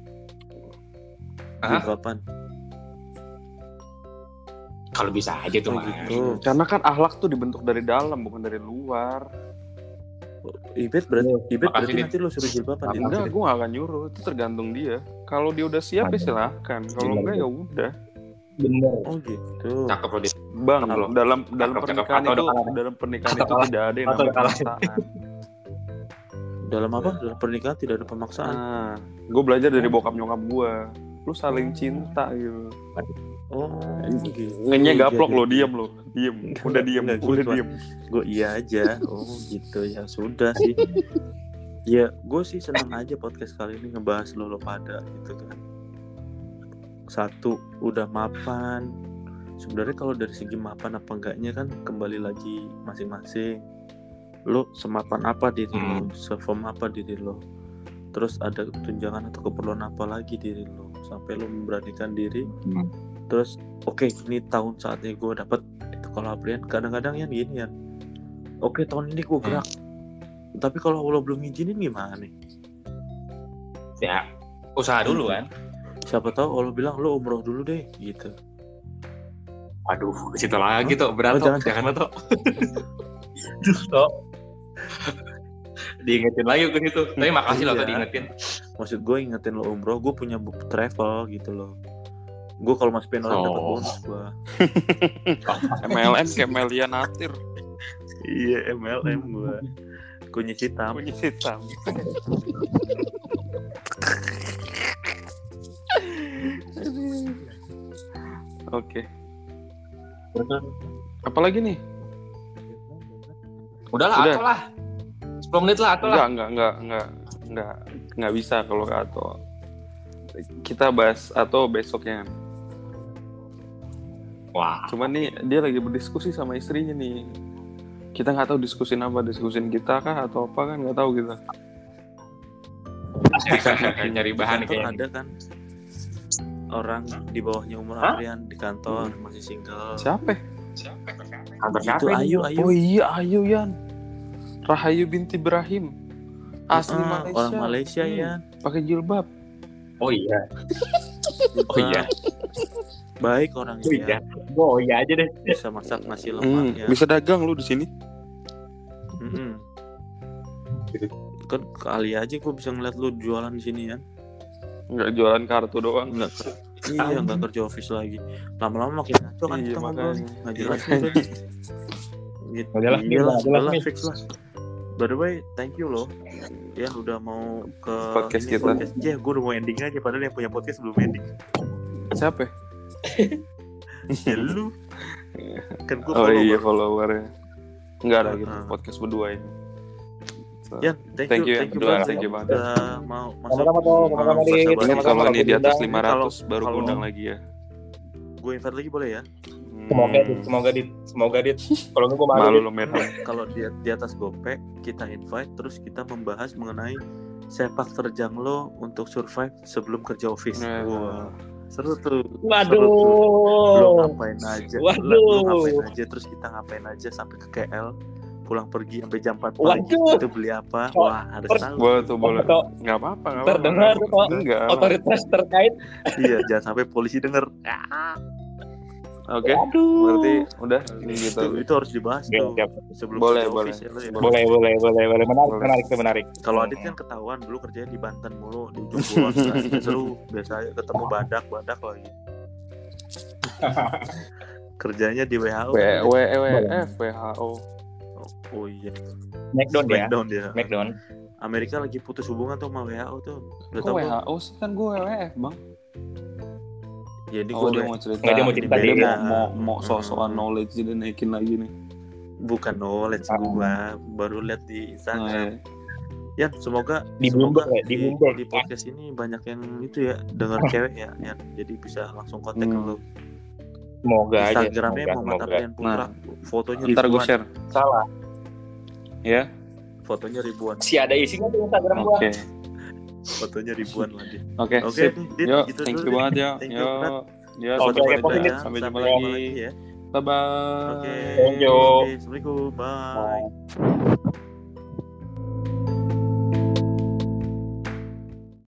Hah? Jilbaban. Kalau bisa aja tuh Oh mah. gitu. Karena kan akhlak tuh dibentuk dari dalam bukan dari luar. Ibet berarti, Ibet Makasih, berarti Dit. nanti lu suruh jilbaban ya? Enggak, gue gak akan nyuruh. Itu tergantung dia. Kalau dia udah siap ya silahkan. Kalau enggak ya udah. Bener. Oh gitu. Cakep loh dia. Bang, Kalau- dalam dalam cakep, cakep. pernikahan Atau itu udah kalah. dalam pernikahan Atau itu kalah. tidak ada yang Atau namanya udah kalah. pemaksaan. Dalam apa? Dalam pernikahan tidak ada pemaksaan. Nah, gue belajar dari bokap nyokap gue. Lu saling cinta gitu. Oh, gitu. Ngenyek Iya, gaplok iya, lo, iya. diem lo. Diem, udah diem, Enggak, udah gua- diem. Gue iya aja. Oh gitu ya sudah sih. Ya gue sih senang aja podcast kali ini ngebahas lo lo pada gitu kan. Satu udah mapan. Sebenarnya kalau dari segi mapan apa enggaknya kan kembali lagi masing-masing. Lo semapan apa diri lo, sefom apa diri lo. Terus ada tunjangan atau keperluan apa lagi diri lo sampai lo memberanikan diri. Hmm. Terus oke okay, ini tahun saatnya gue dapet itu. Kalau Aprian kadang-kadang ya gini ya. Oke okay, tahun ini gue gerak. Hmm. Tapi kalau lo belum ngizinin gimana nih? Ya, usaha dulu kan. Siapa tahu Allah bilang lo umroh dulu deh gitu. Aduh, ke situ lagi tuh, berat Oh, tuh. jangan. Jangan tuh. Aduh, tuh. Diingetin lagi ke situ. Tapi makasih loh Iya. tuh diingetin. Maksud gue ingetin lo umroh, gue punya buku travel gitu loh. Gue kalau masukin orang dapat Oh. bonus gue. M L M kayak Melia Natir. Iya M L M gue. Kunyit hitam. Kunyit hitam. Oke. Apalagi nih? Udah lah, Udah. atau lah. sepuluh menit lah, atau lah. Enggak, enggak, enggak, enggak, enggak, enggak bisa kalau nggak atau. Kita bahas atau besoknya. Wah. Cuman nih dia lagi berdiskusi sama istrinya nih. Kita nggak tahu diskusin apa, diskusin kita kah atau apa kan nggak tahu kita. Nyari bahan Di kantor kayaknya. ada kan orang di bawahnya umur Hah? Aprian di kantor masih single. Siapa? Kantor Itu siapa ini? Ayu Ayu. Oh iya, Ayu Yan. Rahayu binti Ibrahim. Asli Ah, Malaysia. orang Malaysia Hmm, ya. Pakai jilbab. Oh iya. Oh iya. Baik orangnya. Oh iya. Oh iya aja deh. Bisa masak nasi Hmm, lemaknya. bisa dagang lu di sini. Mm-mm. Kan kali aja gue bisa ngeliat lu jualan di sini ya. Nggak jualan kartu doang. Enggak. Iya, enggak kerja office lagi. Lama-lama makin ngaco kan Iya, kita ngobrol. makanya. Nggak jelas Makanya. udah. Gitu. Nggak jelas, Iya lah, nggak jelas, udah lah, nih. fix lah. By the way, thank you loh. Ya udah mau ke Podcast ini, kita. Podcast. Ya, gue udah mau ending aja padahal yang punya podcast belum ending. Siapa? Ya lu. Kan gue Oh iya, followernya. Enggak ada gitu Uh-huh. podcast berdua ini. So, Ya, thank, Thank you, you, thank you berdua, banget. thank you banget. Udah mau masuk. Sama-sama tuh, sama-sama, Dit. Dit. ini Sama-sama, kalau ini di atas diundang. lima ratus baru Kalau- undang lagi ya. Gue invite lagi boleh ya? Hmm, Semoga dit, semoga dit, semoga dit. Kalau nggak gue malu. malu Dit. lo merah. Kalau di, di atas GoPay kita invite terus kita membahas mengenai sepak terjang lo untuk survive sebelum kerja office. Nah. Wah, seru tuh. Seru tuh. Lo Waduh. ngapain aja? Waduh. Lo ngapain aja? Terus kita ngapain aja sampai ke K L? Pulang pergi sampai jam empat pagi. Waduh. Itu beli apa? Oh, Wah, harus per- tahu. Boleh tuh, boleh. Tok. Nggak apa-apa, nggak Ntar apa-apa. dengar tuh, Tok. Enggak. Otoritas terkait. Iya, jangan sampai polisi denger. Ah. Oke. Aduh. Berarti udah ini itu, gitu. itu harus dibahas Ya, tuh siap. sebelum Boleh, ke boleh. office, ya, lo ya. Boleh, boleh, boleh, boleh. Menarik, Boleh. menarik, itu menarik. Kalau Adit kan ketahuan dulu kerjanya di Banten mulu di ujung kulon, nggak seru. Biasanya ketemu badak badak lagi. Kerjanya di W H O. W kan, W Adit? W F W H O. Oh, oh iya. Smackdown ya. Smackdown dia. Smackdown. Amerika lagi putus hubungan tuh sama W H O tuh. Udah Kok tau W belum? H O sih, kan gue W W F bang. Jadi Oh gue dia mau cerita. Nggak, dia mau cerita, Dia dia. mau mau, mau sosokan Hmm. knowledge dia naikin lagi nih. bukan knowledge Ah. gua baru lihat di Oh, Instagram. iya. Ya semoga Di semoga Bloomberg ya, di di, Bloomberg. di podcast ini banyak yang itu ya dengar cewek ya, ya jadi bisa langsung kontak ke Hmm. lu. Semoga aja. Instagramnya Semoga, Muhammad semoga. Aprian Putra, fotonya Ntar gue ribuan, share. Salah. Ya. fotonya ribuan, Si ada isinya tuh Instagram gua. Oke. fotonya ribuan lagi. Oke. Oke, Sip. nih, Dit, Yo, gitu thank dulu, you Dit. banget ya. Thank you, Yo. Prat. Ya, Oke, sampai oke, jumpa. positif. Sampai jumpa Sampai lagi. lagi ya. Bye bye. Oke. Thank you. Oke, Assalamualaikum. Bye.